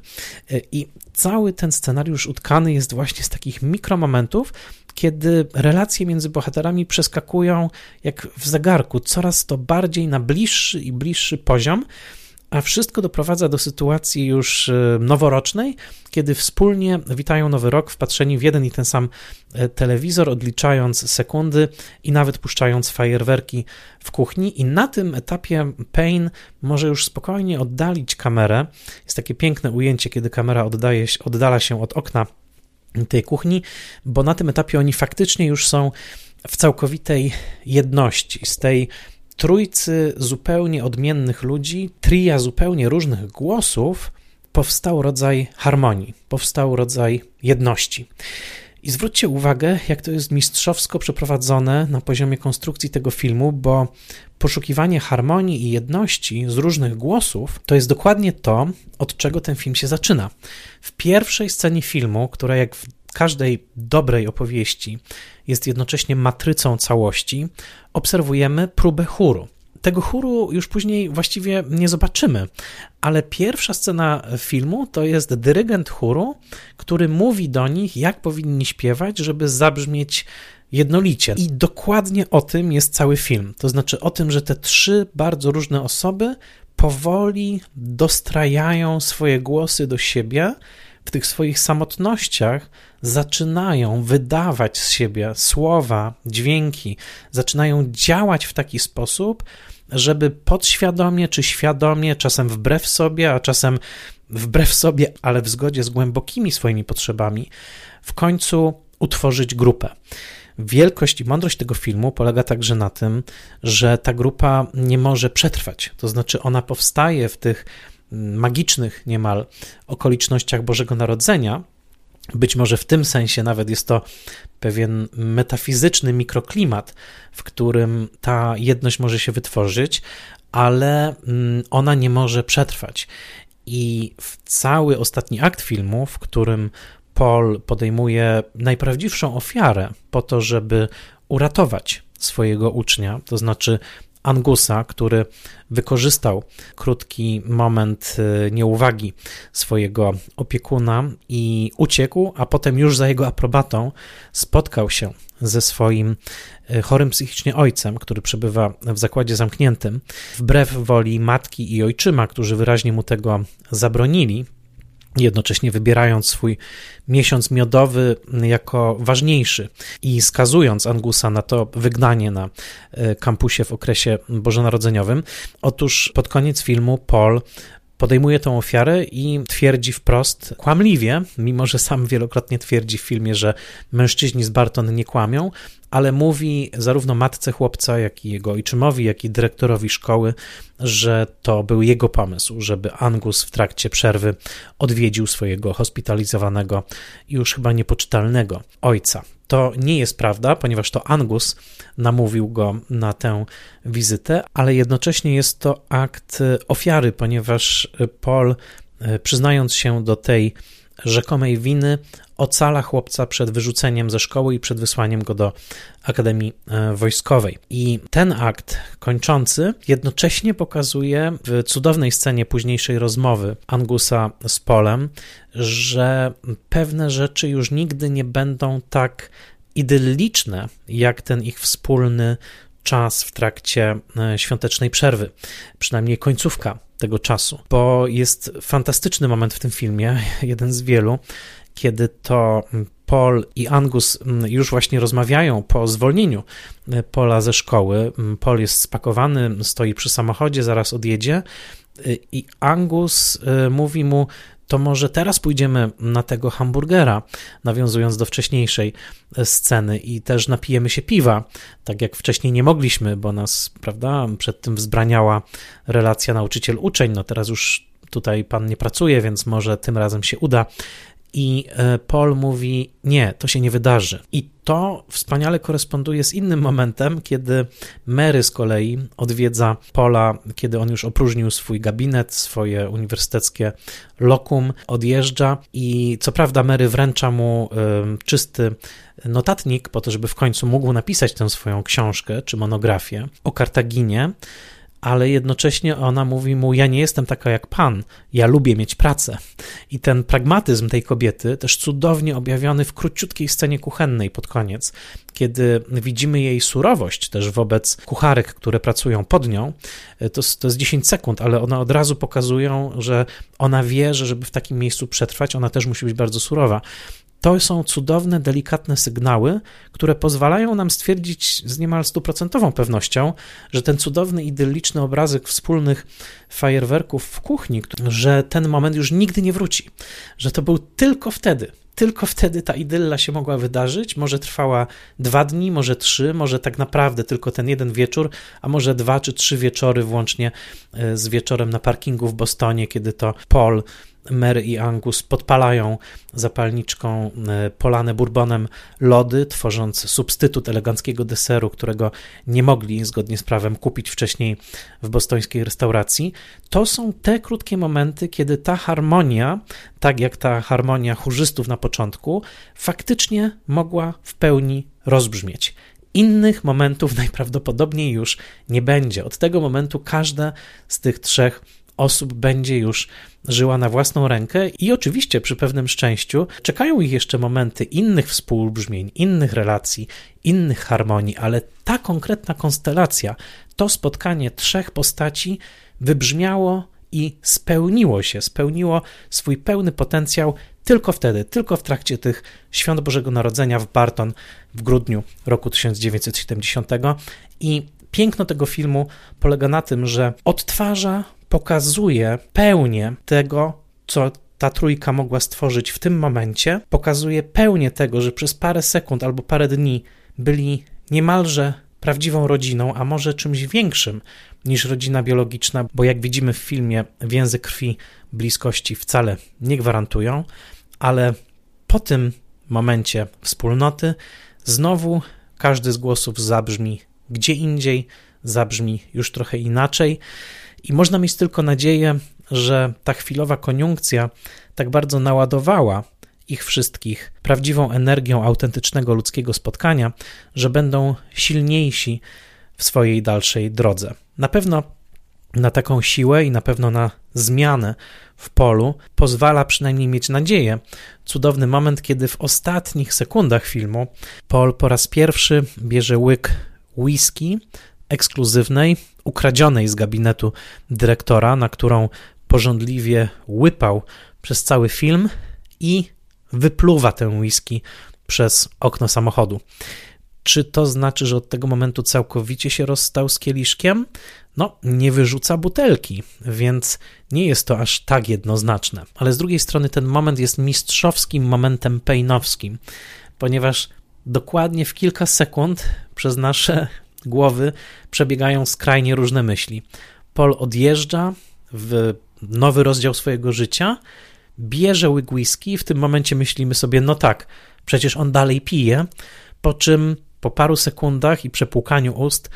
I cały ten scenariusz utkany jest właśnie z takich mikromomentów, kiedy relacje między bohaterami przeskakują jak w zegarku, coraz to bardziej na bliższy i bliższy poziom, a wszystko doprowadza do sytuacji już noworocznej, kiedy wspólnie witają nowy rok wpatrzeni w jeden i ten sam telewizor, odliczając sekundy i nawet puszczając fajerwerki w kuchni. I na tym etapie Payne może już spokojnie oddalić kamerę. Jest takie piękne ujęcie, kiedy kamera oddala się od okna tej kuchni, bo na tym etapie oni faktycznie już są w całkowitej jedności. Z tej trójcy zupełnie odmiennych ludzi, tria zupełnie różnych głosów, powstał rodzaj harmonii, powstał rodzaj jedności. I zwróćcie uwagę, jak to jest mistrzowsko przeprowadzone na poziomie konstrukcji tego filmu, bo poszukiwanie harmonii i jedności z różnych głosów to jest dokładnie to, od czego ten film się zaczyna. W pierwszej scenie filmu, która jak w każdej dobrej opowieści jest jednocześnie matrycą całości, obserwujemy próbę chóru. Tego chóru już później właściwie nie zobaczymy, ale pierwsza scena filmu to jest dyrygent chóru, który mówi do nich, jak powinni śpiewać, żeby zabrzmieć jednolicie. I dokładnie o tym jest cały film. To znaczy o tym, że te trzy bardzo różne osoby powoli dostrajają swoje głosy do siebie, w tych swoich samotnościach zaczynają wydawać z siebie słowa, dźwięki, zaczynają działać w taki sposób, żeby podświadomie czy świadomie, czasem wbrew sobie, a czasem wbrew sobie, ale w zgodzie z głębokimi swoimi potrzebami, w końcu utworzyć grupę. Wielkość i mądrość tego filmu polega także na tym, że ta grupa nie może przetrwać, to znaczy ona powstaje w tych magicznych niemal okolicznościach Bożego Narodzenia. Być może w tym sensie nawet jest to pewien metafizyczny mikroklimat, w którym ta jedność może się wytworzyć, ale ona nie może przetrwać. I w cały ostatni akt filmu, w którym Paul podejmuje najprawdziwszą ofiarę po to, żeby uratować swojego ucznia, to znaczy Angusa, który wykorzystał krótki moment nieuwagi swojego opiekuna i uciekł, a potem już za jego aprobatą spotkał się ze swoim chorym psychicznie ojcem, który przebywa w zakładzie zamkniętym, wbrew woli matki i ojczyma, którzy wyraźnie mu tego zabronili, jednocześnie wybierając swój miesiąc miodowy jako ważniejszy i skazując Angusa na to wygnanie na kampusie w okresie bożonarodzeniowym. Otóż pod koniec filmu Paul podejmuje tą ofiarę i twierdzi wprost, kłamliwie, mimo że sam wielokrotnie twierdzi w filmie, że mężczyźni z Barton nie kłamią, ale mówi zarówno matce chłopca, jak i jego ojczymowi, jak i dyrektorowi szkoły, że to był jego pomysł, żeby Angus w trakcie przerwy odwiedził swojego hospitalizowanego i już chyba niepoczytalnego ojca. To nie jest prawda, ponieważ to Angus namówił go na tę wizytę, ale jednocześnie jest to akt ofiary, ponieważ Paul, przyznając się do tej rzekomej winy, ocala chłopca przed wyrzuceniem ze szkoły i przed wysłaniem go do Akademii Wojskowej. I ten akt kończący jednocześnie pokazuje w cudownej scenie późniejszej rozmowy Angusa z Paulem, że pewne rzeczy już nigdy nie będą tak idylliczne, jak ten ich wspólny czas w trakcie świątecznej przerwy, przynajmniej końcówka tego czasu, bo jest fantastyczny moment w tym filmie, jeden z wielu, kiedy to Paul i Angus już właśnie rozmawiają po zwolnieniu Paula ze szkoły. Paul jest spakowany, stoi przy samochodzie, zaraz odjedzie i Angus mówi mu: to może teraz pójdziemy na tego hamburgera, nawiązując do wcześniejszej sceny, i też napijemy się piwa, tak jak wcześniej nie mogliśmy, bo nas, prawda, przed tym wzbraniała relacja nauczyciel-uczeń. No teraz już tutaj pan nie pracuje, więc może tym razem się uda. I Paul mówi: nie, to się nie wydarzy. I to wspaniale koresponduje z innym momentem, kiedy Mary z kolei odwiedza Paula, kiedy on już opróżnił swój gabinet, swoje uniwersyteckie lokum, odjeżdża i co prawda Mary wręcza mu czysty notatnik po to, żeby w końcu mógł napisać tę swoją książkę czy monografię o Kartaginie, ale jednocześnie ona mówi mu: ja nie jestem taka jak pan, ja lubię mieć pracę. I ten pragmatyzm tej kobiety, też cudownie objawiony w króciutkiej scenie kuchennej pod koniec, kiedy widzimy jej surowość też wobec kucharek, które pracują pod nią, to jest 10 sekund, ale one od razu pokazują, że ona wie, że żeby w takim miejscu przetrwać, ona też musi być bardzo surowa. To są cudowne, delikatne sygnały, które pozwalają nam stwierdzić z niemal 100% pewnością, że ten cudowny, idylliczny obrazek wspólnych fajerwerków w kuchni, że ten moment już nigdy nie wróci, że to był tylko wtedy ta idylla się mogła wydarzyć, może trwała 2 dni, może 3, może tak naprawdę tylko ten jeden wieczór, a może 2 czy 3 wieczory włącznie z wieczorem na parkingu w Bostonie, kiedy to Paul, Mary i Angus podpalają zapalniczką polane bourbonem lody, tworząc substytut eleganckiego deseru, którego nie mogli zgodnie z prawem kupić wcześniej w bostońskiej restauracji. To są te krótkie momenty, kiedy ta harmonia, tak jak ta harmonia chórzystów na początku, faktycznie mogła w pełni rozbrzmieć. Innych momentów najprawdopodobniej już nie będzie. Od tego momentu każda z tych 3 osób będzie już żyła na własną rękę i oczywiście przy pewnym szczęściu czekają ich jeszcze momenty innych współbrzmień, innych relacji, innych harmonii, ale ta konkretna konstelacja, to spotkanie 3 postaci wybrzmiało i spełniło swój pełny potencjał tylko wtedy, tylko w trakcie tych Świąt Bożego Narodzenia w Barton w grudniu roku 1970 i piękno tego filmu polega na tym, że odtwarza, pokazuje pełnię tego, co ta trójka mogła stworzyć w tym momencie, pokazuje pełnię tego, że przez parę sekund albo parę dni byli niemalże prawdziwą rodziną, a może czymś większym niż rodzina biologiczna, bo jak widzimy w filmie, więzy krwi, bliskości wcale nie gwarantują, ale po tym momencie wspólnoty znowu każdy z głosów zabrzmi gdzie indziej, zabrzmi już trochę inaczej i można mieć tylko nadzieję, że ta chwilowa koniunkcja tak bardzo naładowała ich wszystkich prawdziwą energią autentycznego ludzkiego spotkania, że będą silniejsi w swojej dalszej drodze. Na pewno na taką siłę i na pewno na zmianę w Paulu pozwala przynajmniej mieć nadzieję cudowny moment, kiedy w ostatnich sekundach filmu Paul po raz pierwszy bierze łyk whisky ekskluzywnej, ukradzionej z gabinetu dyrektora, na którą pożądliwie łypał przez cały film i wypluwa tę whisky przez okno samochodu. Czy to znaczy, że od tego momentu całkowicie się rozstał z kieliszkiem? No, nie wyrzuca butelki, więc nie jest to aż tak jednoznaczne. Ale z drugiej strony ten moment jest mistrzowskim momentem painowskim, ponieważ dokładnie w kilka sekund przez nasze głowy przebiegają skrajnie różne myśli. Paul odjeżdża w nowy rozdział swojego życia, bierze łyk whisky i w tym momencie myślimy sobie, no tak, przecież on dalej pije, po czym po paru sekundach i przepłukaniu ust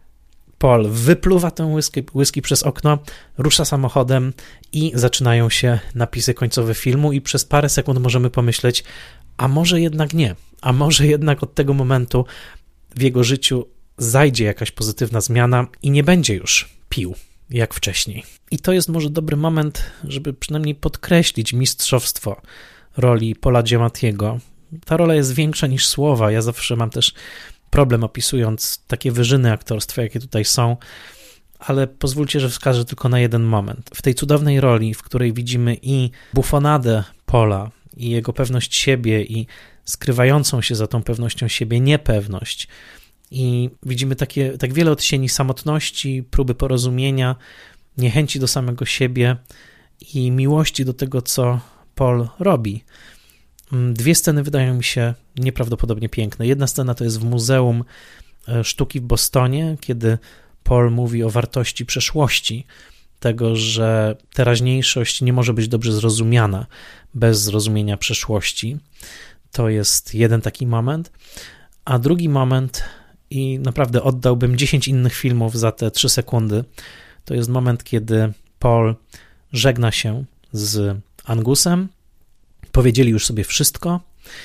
Paul wypluwa tę whisky przez okno, rusza samochodem i zaczynają się napisy końcowe filmu i przez parę sekund możemy pomyśleć, a może jednak nie, a może jednak od tego momentu w jego życiu zajdzie jakaś pozytywna zmiana i nie będzie już pił jak wcześniej. I to jest może dobry moment, żeby przynajmniej podkreślić mistrzostwo roli Paula Giamattiego. Ta rola jest większa niż słowa. Ja zawsze mam też problem opisując takie wyżyny aktorstwa, jakie tutaj są, ale pozwólcie, że wskażę tylko na jeden moment. W tej cudownej roli, w której widzimy i bufonadę Paula, i jego pewność siebie, i skrywającą się za tą pewnością siebie niepewność, i widzimy tak wiele odcieni samotności, próby porozumienia, niechęci do samego siebie i miłości do tego, co Paul robi. Dwie sceny wydają mi się nieprawdopodobnie piękne. Jedna scena to jest w Muzeum Sztuki w Bostonie, kiedy Paul mówi o wartości przeszłości, tego, że teraźniejszość nie może być dobrze zrozumiana bez zrozumienia przeszłości. To jest jeden taki moment. A drugi moment, i naprawdę oddałbym 10 innych filmów za te 3 sekundy, to jest moment, kiedy Paul żegna się z Angusem, powiedzieli już sobie wszystko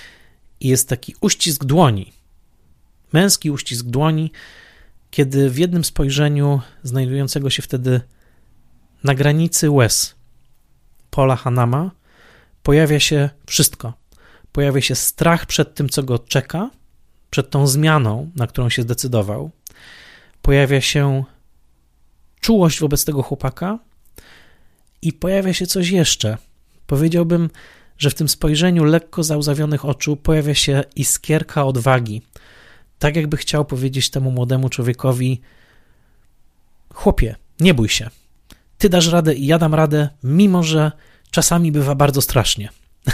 i jest taki uścisk dłoni, męski uścisk dłoni, kiedy w jednym spojrzeniu znajdującego się wtedy na granicy łez Paula Hanama pojawia się wszystko. Pojawia się strach przed tym, co go czeka, przed tą zmianą, na którą się zdecydował. Pojawia się czułość wobec tego chłopaka i pojawia się coś jeszcze. Powiedziałbym, że w tym spojrzeniu lekko załzawionych oczu pojawia się iskierka odwagi. Tak jakby chciał powiedzieć temu młodemu człowiekowi: chłopie, nie bój się. Ty dasz radę i ja dam radę, mimo że czasami bywa bardzo strasznie.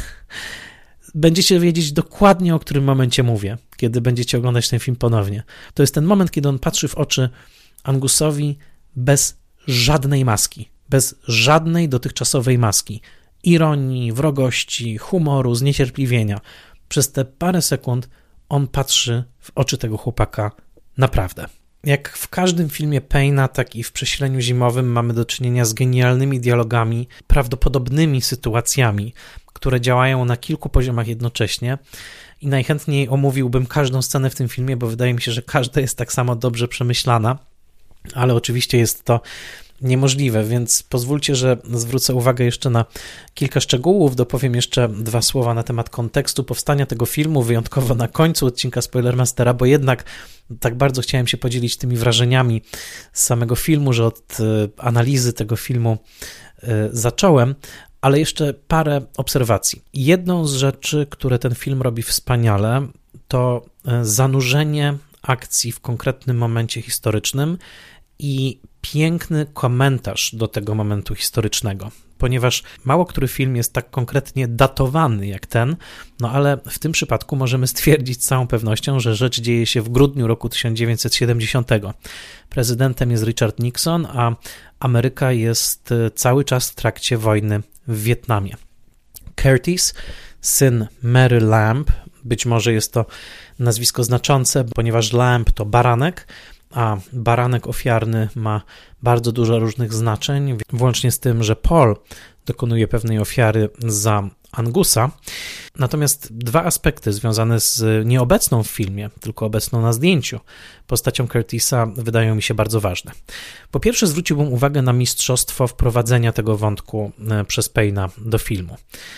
Będziecie wiedzieć dokładnie, o którym momencie mówię, kiedy będziecie oglądać ten film ponownie. To jest ten moment, kiedy on patrzy w oczy Angusowi bez żadnej maski, bez żadnej dotychczasowej maski. Ironii, wrogości, humoru, zniecierpliwienia. Przez te parę sekund on patrzy w oczy tego chłopaka naprawdę. Jak w każdym filmie Payna, tak i w Przesileniu zimowym mamy do czynienia z genialnymi dialogami, prawdopodobnymi sytuacjami, które działają na kilku poziomach jednocześnie i najchętniej omówiłbym każdą scenę w tym filmie, bo wydaje mi się, że każda jest tak samo dobrze przemyślana, ale oczywiście jest to niemożliwe, więc pozwólcie, że zwrócę uwagę jeszcze na kilka szczegółów, dopowiem jeszcze 2 słowa na temat kontekstu powstania tego filmu, wyjątkowo na końcu odcinka Spoilermastera, bo jednak tak bardzo chciałem się podzielić tymi wrażeniami z samego filmu, że od analizy tego filmu zacząłem, ale jeszcze parę obserwacji. Jedną z rzeczy, które ten film robi wspaniale, to zanurzenie akcji w konkretnym momencie historycznym i piękny komentarz do tego momentu historycznego, ponieważ mało który film jest tak konkretnie datowany jak ten, no ale w tym przypadku możemy stwierdzić z całą pewnością, że rzecz dzieje się w grudniu roku 1970. Prezydentem jest Richard Nixon, a Ameryka jest cały czas w trakcie wojny w Wietnamie. Curtis, syn Mary Lamb, być może jest to nazwisko znaczące, ponieważ Lamb to baranek, a baranek ofiarny ma bardzo dużo różnych znaczeń, włącznie z tym, że Paul dokonuje pewnej ofiary za Angusa. Natomiast 2 aspekty związane z nieobecną w filmie, tylko obecną na zdjęciu postacią Curtisa wydają mi się bardzo ważne. Po pierwsze zwróciłbym uwagę na mistrzostwo wprowadzenia tego wątku przez Payna do filmu.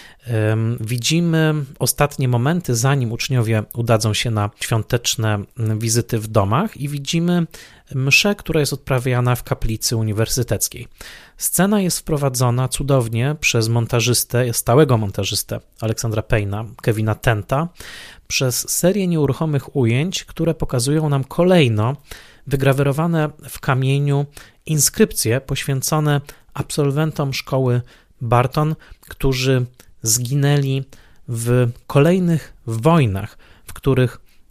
Widzimy ostatnie momenty, zanim uczniowie udadzą się na świąteczne wizyty w domach i widzimy mszę, która jest odprawiana w kaplicy uniwersyteckiej. Scena jest wprowadzona cudownie przez montażystę, stałego montażystę Aleksandra Payna, Kevina Tenta, przez serię nieruchomych ujęć, które pokazują nam kolejno wygrawerowane w kamieniu inskrypcje poświęcone absolwentom szkoły Barton, którzy zginęli w kolejnych wojnach, w których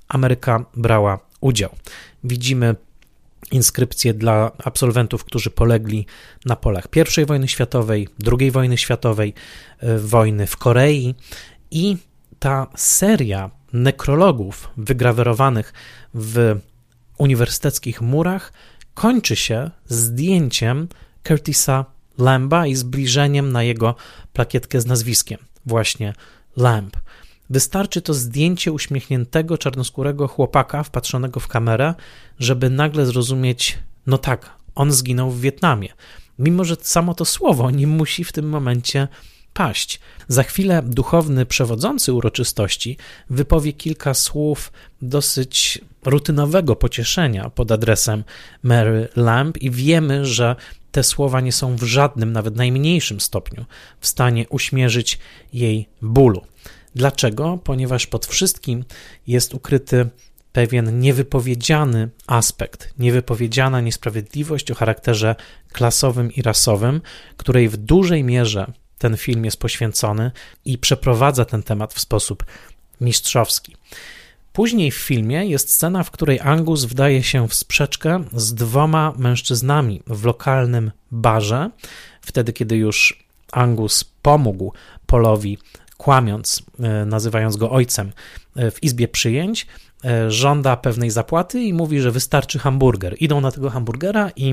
Ameryka brała udział. Widzimy inskrypcje dla absolwentów, którzy polegli na polach I wojny światowej, II wojny światowej, wojny w Korei i ta seria nekrologów wygrawerowanych w uniwersyteckich murach kończy się zdjęciem Curtisa Lamba i zbliżeniem na jego plakietkę z nazwiskiem, właśnie Lamb. Wystarczy to zdjęcie uśmiechniętego, czarnoskórego chłopaka wpatrzonego w kamerę, żeby nagle zrozumieć, no tak, on zginął w Wietnamie. Mimo że samo to słowo nie musi w tym momencie paść. Za chwilę duchowny przewodzący uroczystości wypowie kilka słów dosyć rutynowego pocieszenia pod adresem Mary Lamb i wiemy, że te słowa nie są w żadnym, nawet najmniejszym stopniu w stanie uśmierzyć jej bólu. Dlaczego? Ponieważ pod wszystkim jest ukryty pewien niewypowiedziany aspekt, niewypowiedziana niesprawiedliwość o charakterze klasowym i rasowym, której w dużej mierze ten film jest poświęcony i przeprowadza ten temat w sposób mistrzowski. Później w filmie jest scena, w której Angus wdaje się w sprzeczkę z 2 mężczyznami w lokalnym barze, wtedy kiedy już Angus pomógł Paulowi, kłamiąc, nazywając go ojcem w izbie przyjęć, żąda pewnej zapłaty i mówi, że wystarczy hamburger. Idą na tego hamburgera i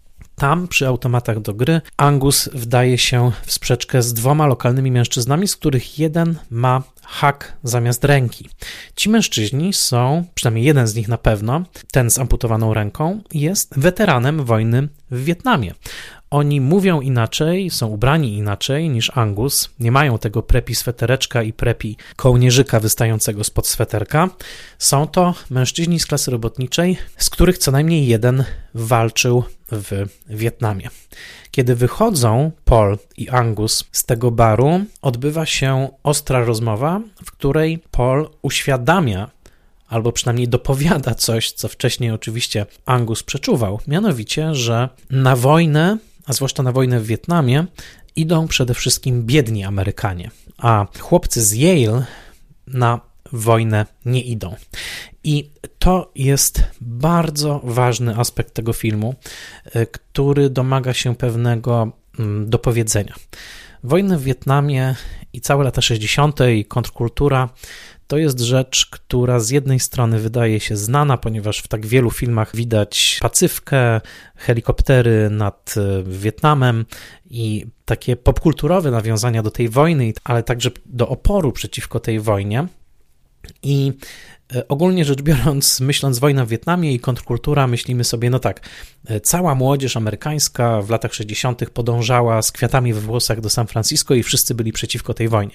tam przy automatach do gry Angus wdaje się w sprzeczkę z 2 lokalnymi mężczyznami, z których jeden ma hak zamiast ręki. Ci mężczyźni są, przynajmniej jeden z nich na pewno, ten z amputowaną ręką, jest weteranem wojny w Wietnamie. Oni mówią inaczej, są ubrani inaczej niż Angus, nie mają tego prepi swetereczka i prepi kołnierzyka wystającego spod sweterka. Są to mężczyźni z klasy robotniczej, z których co najmniej jeden walczył w Wietnamie. Kiedy wychodzą Paul i Angus z tego baru, odbywa się ostra rozmowa, w której Paul uświadamia, albo przynajmniej dopowiada coś, co wcześniej oczywiście Angus przeczuwał, mianowicie, że na wojnę, a zwłaszcza na wojnę w Wietnamie, idą przede wszystkim biedni Amerykanie, a chłopcy z Yale na wojnę nie idą. I to jest bardzo ważny aspekt tego filmu, który domaga się pewnego dopowiedzenia. Wojna w Wietnamie i całe lata 60. i kontrkultura to jest rzecz, która z jednej strony wydaje się znana, ponieważ w tak wielu filmach widać Pacyfkę, helikoptery nad Wietnamem i takie popkulturowe nawiązania do tej wojny, ale także do oporu przeciwko tej wojnie. I ogólnie rzecz biorąc, myśląc wojna w Wietnamie i kontrkultura, myślimy sobie, no tak, cała młodzież amerykańska w latach 60. podążała z kwiatami we włosach do San Francisco i wszyscy byli przeciwko tej wojnie.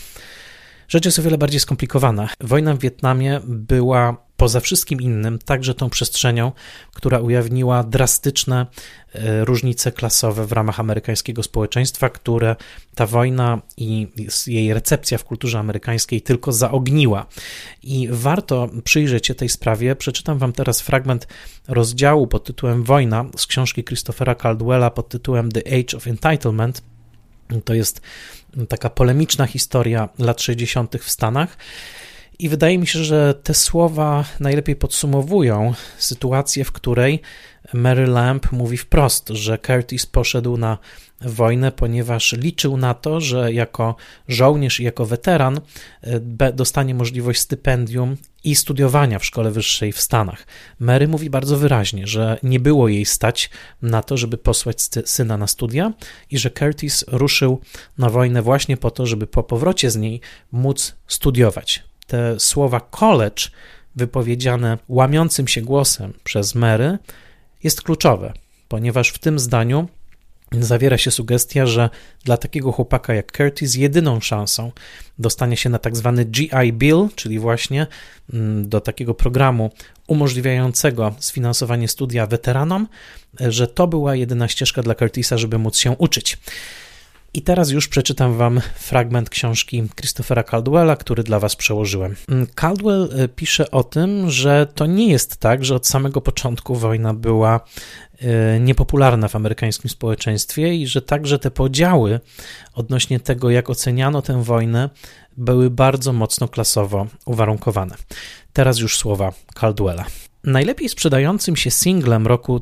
Rzecz jest o wiele bardziej skomplikowana. Wojna w Wietnamie była poza wszystkim innym także tą przestrzenią, która ujawniła drastyczne różnice klasowe w ramach amerykańskiego społeczeństwa, które ta wojna i jej recepcja w kulturze amerykańskiej tylko zaogniła. I warto przyjrzeć się tej sprawie. Przeczytam wam teraz fragment rozdziału pod tytułem Wojna z książki Christophera Caldwella pod tytułem The Age of Entitlement. To jest taka polemiczna historia lat 60. w Stanach i wydaje mi się, że te słowa najlepiej podsumowują sytuację, w której Mary Lamb mówi wprost, że Curtis poszedł na wojnę, ponieważ liczył na to, że jako żołnierz i jako weteran dostanie możliwość stypendium i studiowania w szkole wyższej w Stanach. Mary mówi bardzo wyraźnie, że nie było jej stać na to, żeby posłać syna na studia i że Curtis ruszył na wojnę właśnie po to, żeby po powrocie z niej móc studiować. Te słowa college wypowiedziane łamiącym się głosem przez Mary jest kluczowe, ponieważ w tym zdaniu zawiera się sugestia, że dla takiego chłopaka jak Curtis jedyną szansą dostania się na tak zwany GI Bill, czyli właśnie do takiego programu umożliwiającego sfinansowanie studia weteranom, że to była jedyna ścieżka dla Curtisa, żeby móc się uczyć. I teraz już przeczytam wam fragment książki Christophera Caldwella, który dla was przełożyłem. Caldwell pisze o tym, że to nie jest tak, że od samego początku wojna była niepopularna w amerykańskim społeczeństwie i że także te podziały odnośnie tego, jak oceniano tę wojnę, były bardzo mocno klasowo uwarunkowane. Teraz już słowa Caldwella. Najlepiej sprzedającym się singlem roku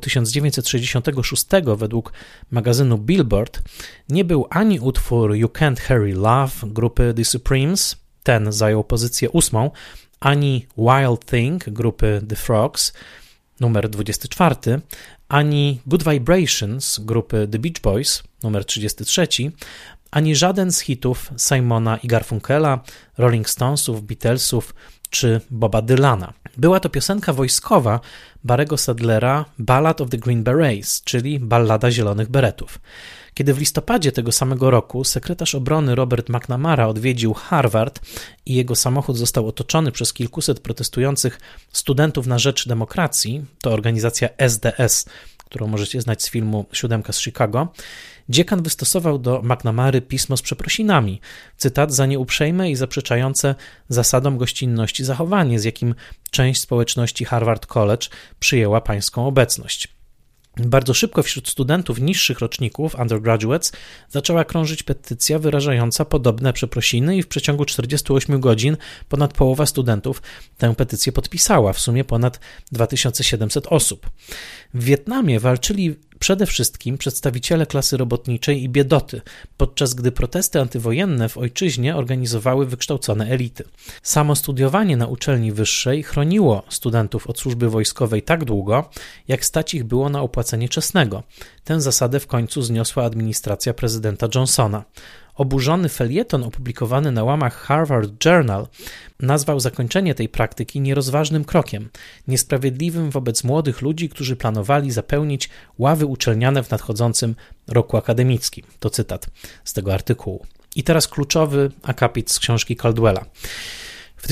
1966 według magazynu Billboard nie był ani utwór You Can't Hurry Love grupy The Supremes, ten zajął pozycję 8, ani Wild Thing grupy The Frogs, numer 24, ani Good Vibrations grupy The Beach Boys, numer 33, ani żaden z hitów Simona i Garfunkela, Rolling Stonesów, Beatlesów czy Boba Dylana. Była to piosenka wojskowa Barry'ego Sadlera Ballad of the Green Berets, czyli Ballada Zielonych Beretów. Kiedy w listopadzie tego samego roku sekretarz obrony Robert McNamara odwiedził Harvard i jego samochód został otoczony przez kilkuset protestujących studentów na rzecz demokracji, to organizacja SDS, którą możecie znać z filmu Siódemka z Chicago, dziekan wystosował do McNamary pismo z przeprosinami, cytat, za nieuprzejme i zaprzeczające zasadom gościnności zachowanie, z jakim część społeczności Harvard College przyjęła pańską obecność. Bardzo szybko wśród studentów niższych roczników, undergraduates, zaczęła krążyć petycja wyrażająca podobne przeprosiny i w przeciągu 48 godzin ponad połowa studentów tę petycję podpisała, w sumie ponad 2700 osób. W Wietnamie walczyli przede wszystkim przedstawiciele klasy robotniczej i biedoty, podczas gdy protesty antywojenne w ojczyźnie organizowały wykształcone elity. Samo studiowanie na uczelni wyższej chroniło studentów od służby wojskowej tak długo, jak stać ich było na opłacenie czesnego. Tę zasadę w końcu zniosła administracja prezydenta Johnsona. Oburzony felieton opublikowany na łamach Harvard Journal nazwał zakończenie tej praktyki nierozważnym krokiem, niesprawiedliwym wobec młodych ludzi, którzy planowali zapełnić ławy uczelniane w nadchodzącym roku akademickim. To cytat z tego artykułu. I teraz kluczowy akapit z książki Caldwella. W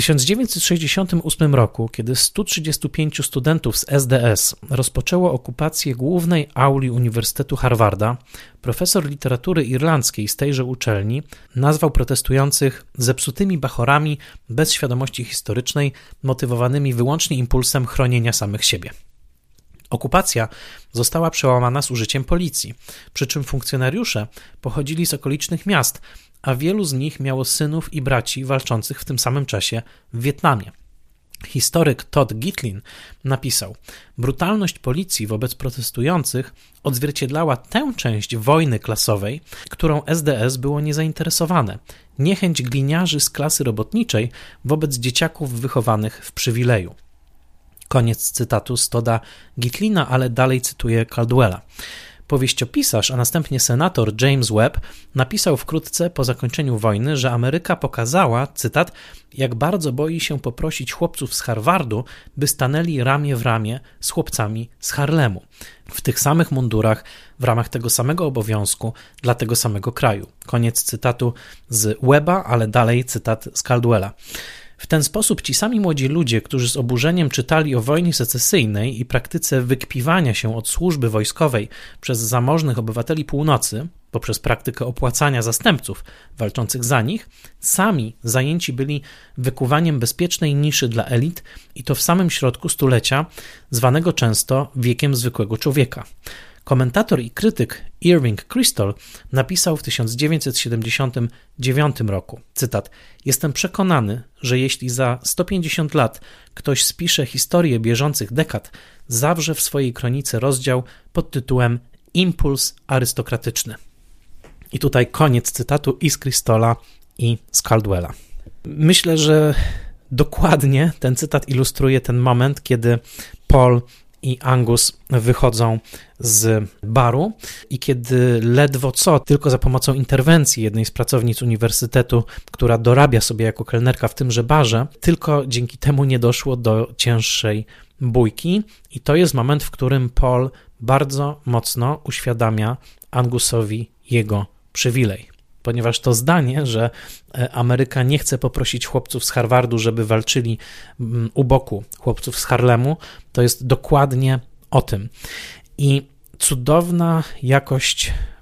1968 roku, kiedy 135 studentów z SDS rozpoczęło okupację głównej auli Uniwersytetu Harvarda, profesor literatury irlandzkiej z tejże uczelni nazwał protestujących zepsutymi bachorami bez świadomości historycznej, motywowanymi wyłącznie impulsem chronienia samych siebie. Okupacja została przełamana z użyciem policji, przy czym funkcjonariusze pochodzili z okolicznych miast, a wielu z nich miało synów i braci walczących w tym samym czasie w Wietnamie. Historyk Todd Gitlin napisał: brutalność policji wobec protestujących odzwierciedlała tę część wojny klasowej, którą SDS było niezainteresowane, niechęć gliniarzy z klasy robotniczej wobec dzieciaków wychowanych w przywileju. Koniec cytatu z Todda Gitlina, ale dalej cytuję Caldwella. Powieściopisarz, a następnie senator James Webb napisał wkrótce po zakończeniu wojny, że Ameryka pokazała, cytat, jak bardzo boi się poprosić chłopców z Harvardu, by stanęli ramię w ramię z chłopcami z Harlemu, w tych samych mundurach, w ramach tego samego obowiązku, dla tego samego kraju. Koniec cytatu z Webba, ale dalej cytat z Caldwella. W ten sposób ci sami młodzi ludzie, którzy z oburzeniem czytali o wojnie secesyjnej i praktyce wykpiwania się od służby wojskowej przez zamożnych obywateli północy, poprzez praktykę opłacania zastępców walczących za nich, sami zajęci byli wykuwaniem bezpiecznej niszy dla elit i to w samym środku stulecia, zwanego często wiekiem zwykłego człowieka. Komentator i krytyk Irving Kristol napisał w 1979 roku, cytat, jestem przekonany, że jeśli za 150 lat ktoś spisze historię bieżących dekad, zawrze w swojej kronice rozdział pod tytułem Impuls arystokratyczny. I tutaj koniec cytatu i z Kristola, i z Caldwella. Myślę, że dokładnie ten cytat ilustruje ten moment, kiedy Paul i Angus wychodzą z baru i kiedy ledwo co, tylko za pomocą interwencji jednej z pracownic uniwersytetu, która dorabia sobie jako kelnerka w tymże barze, tylko dzięki temu nie doszło do cięższej bójki i to jest moment, w którym Paul bardzo mocno uświadamia Angusowi jego przywilej. Ponieważ to zdanie, że Ameryka nie chce poprosić chłopców z Harvardu, żeby walczyli u boku chłopców z Harlemu, to jest dokładnie o tym. I cudowna jakość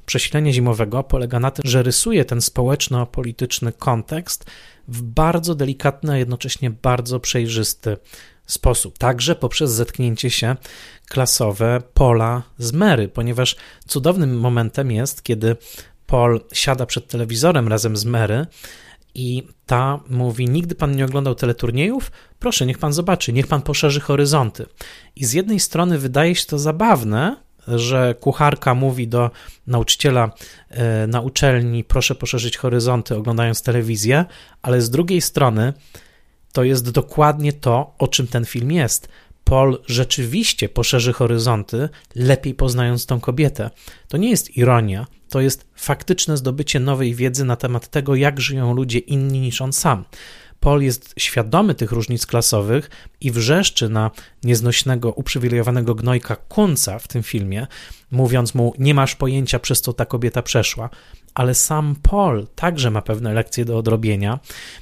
Przesilenia zimowego polega na tym, że rysuje ten społeczno-polityczny kontekst w bardzo delikatny, a jednocześnie bardzo przejrzysty sposób. Także poprzez zetknięcie się klasowe Paula z Mary, ponieważ cudownym momentem jest, kiedy Paul siada przed telewizorem razem z Mary i ta mówi: nigdy pan nie oglądał teleturniejów? Proszę, niech pan zobaczy, niech pan poszerzy horyzonty. I z jednej strony wydaje się to zabawne, że kucharka mówi do nauczyciela na uczelni: proszę poszerzyć horyzonty, oglądając telewizję, ale z drugiej strony to jest dokładnie to, o czym ten film jest. Paul rzeczywiście poszerzy horyzonty, lepiej poznając tą kobietę. To nie jest ironia, to jest faktyczne zdobycie nowej wiedzy na temat tego, jak żyją ludzie inni niż on sam. Paul jest świadomy tych różnic klasowych i wrzeszczy na nieznośnego, uprzywilejowanego gnojka Kunca w tym filmie, mówiąc mu: nie masz pojęcia, przez co ta kobieta przeszła. Ale sam Paul także ma pewne lekcje do odrobienia.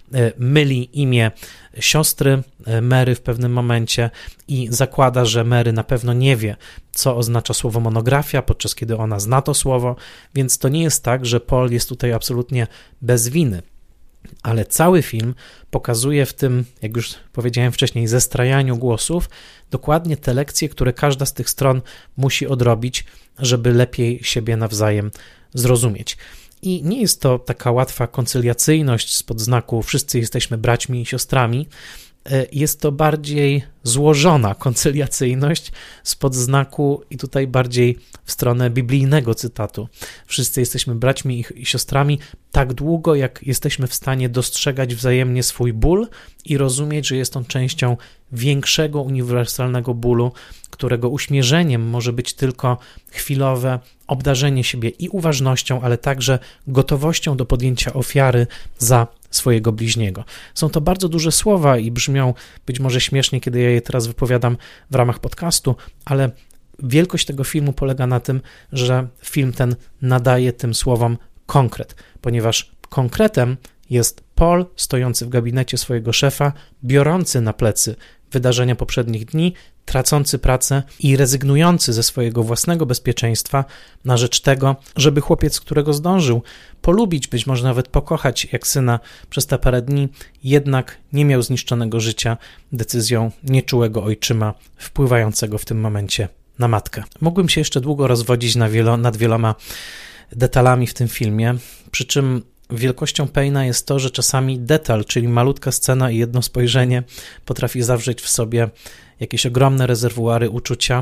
Myli imię siostry Mary w pewnym momencie i zakłada, że Mary na pewno nie wie, co oznacza słowo monografia, podczas kiedy ona zna to słowo, więc to nie jest tak, że Paul jest tutaj absolutnie bez winy. Ale cały film pokazuje w tym, jak już powiedziałem wcześniej, zestrajaniu głosów dokładnie te lekcje, które każda z tych stron musi odrobić, żeby lepiej siebie nawzajem zrozumieć. I nie jest to taka łatwa koncyliacyjność spod znaku wszyscy jesteśmy braćmi i siostrami, jest to bardziej złożona koncyliacyjność spod znaku, i tutaj bardziej w stronę biblijnego cytatu: wszyscy jesteśmy braćmi i siostrami tak długo, jak jesteśmy w stanie dostrzegać wzajemnie swój ból i rozumieć, że jest on częścią większego, uniwersalnego bólu, którego uśmierzeniem może być tylko chwilowe obdarzenie siebie i uważnością, ale także gotowością do podjęcia ofiary za swojego bliźniego. Są to bardzo duże słowa i brzmią być może śmiesznie, kiedy ja je teraz wypowiadam w ramach podcastu, ale wielkość tego filmu polega na tym, że film ten nadaje tym słowom konkret, ponieważ konkretem jest Paul stojący w gabinecie swojego szefa, biorący na plecy wydarzenia poprzednich dni, tracący pracę i rezygnujący ze swojego własnego bezpieczeństwa na rzecz tego, żeby chłopiec, którego zdążył polubić, być może nawet pokochać jak syna przez te parę dni, jednak nie miał zniszczonego życia decyzją nieczułego ojczyma wpływającego w tym momencie na matkę. Mógłbym się jeszcze długo rozwodzić nad wieloma detalami w tym filmie, przy czym wielkością Payne'a jest to, że czasami detal, czyli malutka scena i jedno spojrzenie, potrafi zawrzeć w sobie jakieś ogromne rezerwuary uczucia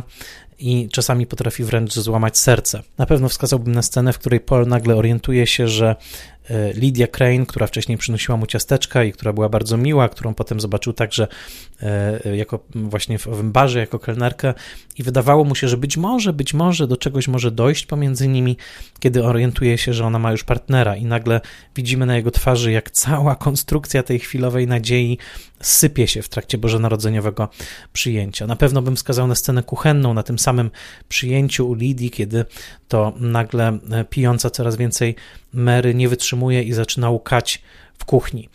i czasami potrafi wręcz złamać serce. Na pewno wskazałbym na scenę, w której Paul nagle orientuje się, że Lydia Crane, która wcześniej przynosiła mu ciasteczka i która była bardzo miła, którą potem zobaczył także jako właśnie w owym barze, jako kelnerkę, i wydawało mu się, że być może do czegoś może dojść pomiędzy nimi, kiedy orientuje się, że ona ma już partnera, i nagle widzimy na jego twarzy, jak cała konstrukcja tej chwilowej nadziei sypie się w trakcie bożonarodzeniowego przyjęcia. Na pewno bym wskazał na scenę kuchenną, na tym samym przyjęciu u Lidii, kiedy to nagle pijąca coraz więcej Mary nie wytrzymuje i zaczyna łkać w kuchni,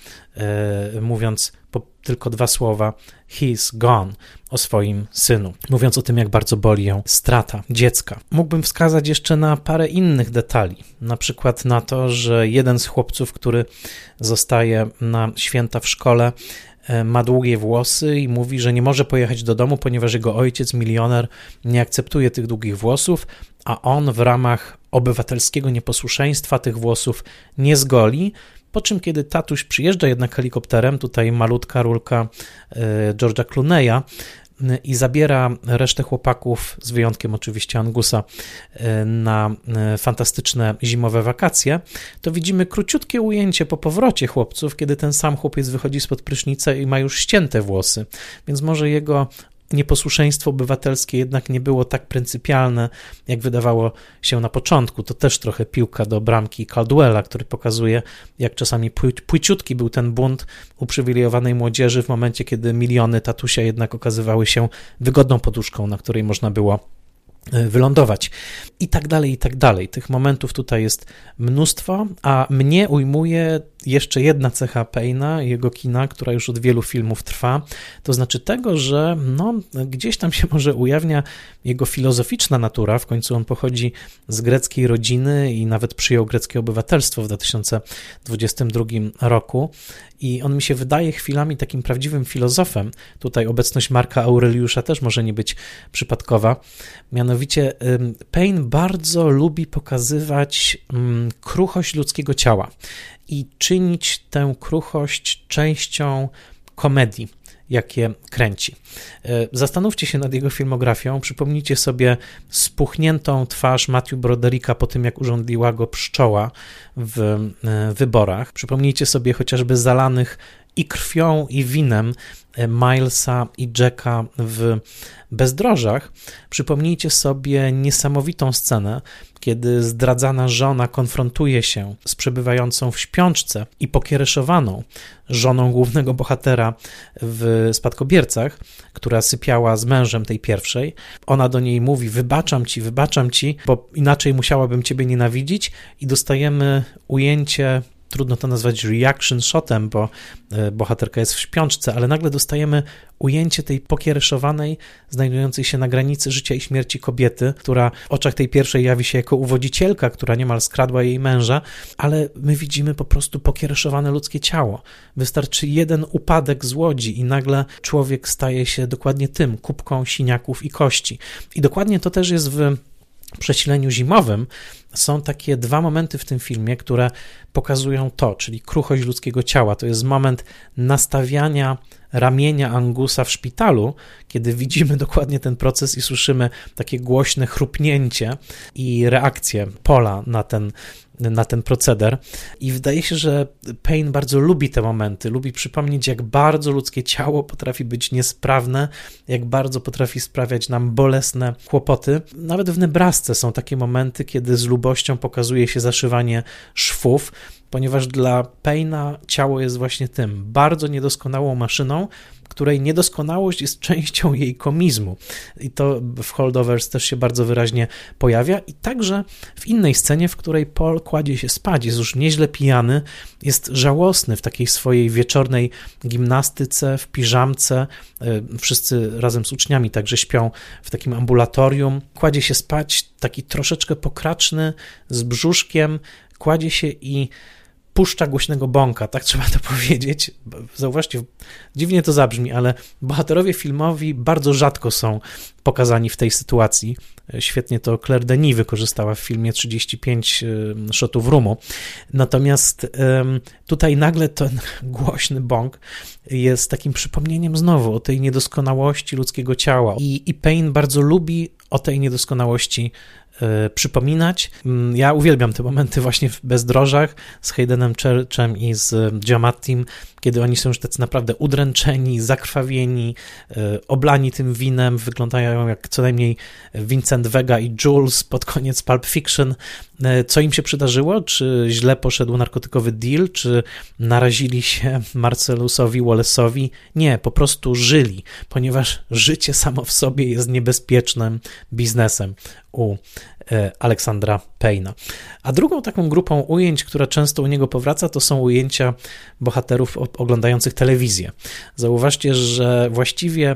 mówiąc tylko 2 słowa: he's gone, o swoim synu, mówiąc o tym, jak bardzo boli ją strata dziecka. Mógłbym wskazać jeszcze na parę innych detali, na przykład na to, że jeden z chłopców, który zostaje na święta w szkole, ma długie włosy i mówi, że nie może pojechać do domu, ponieważ jego ojciec, milioner, nie akceptuje tych długich włosów, a on w ramach obywatelskiego nieposłuszeństwa tych włosów nie zgoli. Po czym, kiedy tatuś przyjeżdża jednak helikopterem, tutaj malutka rulka George'a Clooney'a, i zabiera resztę chłopaków, z wyjątkiem oczywiście Angusa, na fantastyczne zimowe wakacje, to widzimy króciutkie ujęcie po powrocie chłopców, kiedy ten sam chłopiec wychodzi spod prysznica i ma już ścięte włosy, więc może jego nieposłuszeństwo obywatelskie jednak nie było tak pryncypialne, jak wydawało się na początku. To też trochę piłka do bramki Caldwella, który pokazuje, jak czasami płyciutki był ten bunt uprzywilejowanej młodzieży w momencie, kiedy miliony tatusia jednak okazywały się wygodną poduszką, na której można było wylądować i tak dalej, i tak dalej. Tych momentów tutaj jest mnóstwo, a mnie ujmuje jeszcze jedna cecha Payne'a, jego kina, która już od wielu filmów trwa, to znaczy tego, że gdzieś tam się może ujawnia jego filozoficzna natura, w końcu on pochodzi z greckiej rodziny i nawet przyjął greckie obywatelstwo w 2022 roku i on mi się wydaje chwilami takim prawdziwym filozofem. Tutaj obecność Marka Aureliusza też może nie być przypadkowa. Mianowicie Payne bardzo lubi pokazywać kruchość ludzkiego ciała i czynić tę kruchość częścią komedii, jakie kręci. Zastanówcie się nad jego filmografią, przypomnijcie sobie spuchniętą twarz Matthew Brodericka po tym, jak urządliła go pszczoła w wyborach. Przypomnijcie sobie chociażby zalanych i krwią, i winem Milesa i Jacka w Bezdrożach. Przypomnijcie sobie niesamowitą scenę, kiedy zdradzana żona konfrontuje się z przebywającą w śpiączce i pokiereszowaną żoną głównego bohatera w Spadkobiercach, która sypiała z mężem tej pierwszej. Ona do niej mówi: wybaczam ci, bo inaczej musiałabym ciebie nienawidzić, i dostajemy ujęcie, trudno to nazwać reaction shotem, bo bohaterka jest w śpiączce, ale nagle dostajemy ujęcie tej pokiereszowanej, znajdującej się na granicy życia i śmierci kobiety, która w oczach tej pierwszej jawi się jako uwodzicielka, która niemal skradła jej męża, ale my widzimy po prostu pokiereszowane ludzkie ciało. Wystarczy jeden upadek z łodzi i nagle człowiek staje się dokładnie tym, kubką siniaków i kości. I dokładnie to też jest w Przesileniu zimowym. Są takie dwa momenty w tym filmie, które pokazują to, czyli kruchość ludzkiego ciała. To jest moment nastawiania ramienia Angusa w szpitalu, kiedy widzimy dokładnie ten proces i słyszymy takie głośne chrupnięcie i reakcję Paula na ten proceder. I wydaje się, że Payne bardzo lubi te momenty, lubi przypomnieć, jak bardzo ludzkie ciało potrafi być niesprawne, jak bardzo potrafi sprawiać nam bolesne kłopoty. Nawet w Nebrasce są takie momenty, kiedy z lubością pokazuje się zaszywanie szwów, ponieważ dla Payne'a ciało jest właśnie tym bardzo niedoskonałą maszyną, której niedoskonałość jest częścią jej komizmu. I to w Holdovers też się bardzo wyraźnie pojawia. I także w innej scenie, w której Paul kładzie się spać, jest już nieźle pijany, jest żałosny w takiej swojej wieczornej gimnastyce, w piżamce. Wszyscy razem z uczniami także śpią w takim ambulatorium. Kładzie się spać, taki troszeczkę pokraczny, z brzuszkiem, kładzie się i puszcza głośnego bąka, tak trzeba to powiedzieć. Zauważcie, dziwnie to zabrzmi, ale bohaterowie filmowi bardzo rzadko są pokazani w tej sytuacji. Świetnie to Claire Denis wykorzystała w filmie 35 shotów rumu. Natomiast tutaj nagle ten głośny bąk jest takim przypomnieniem znowu o tej niedoskonałości ludzkiego ciała. I Payne bardzo lubi o tej niedoskonałości przypominać. Ja uwielbiam te momenty właśnie w Bezdrożach z Haydenem Churchem i z Giamattim, kiedy oni są już tacy naprawdę udręczeni, zakrwawieni, oblani tym winem, wyglądają jak co najmniej Vincent Vega i Jules pod koniec Pulp Fiction. Co im się przydarzyło? Czy źle poszedł narkotykowy deal? Czy narazili się Marcelusowi Wallace'owi? Nie, po prostu żyli, ponieważ życie samo w sobie jest niebezpiecznym biznesem u Aleksandra Payne'a. A drugą taką grupą ujęć, która często u niego powraca, to są ujęcia bohaterów oglądających telewizję. Zauważcie, że właściwie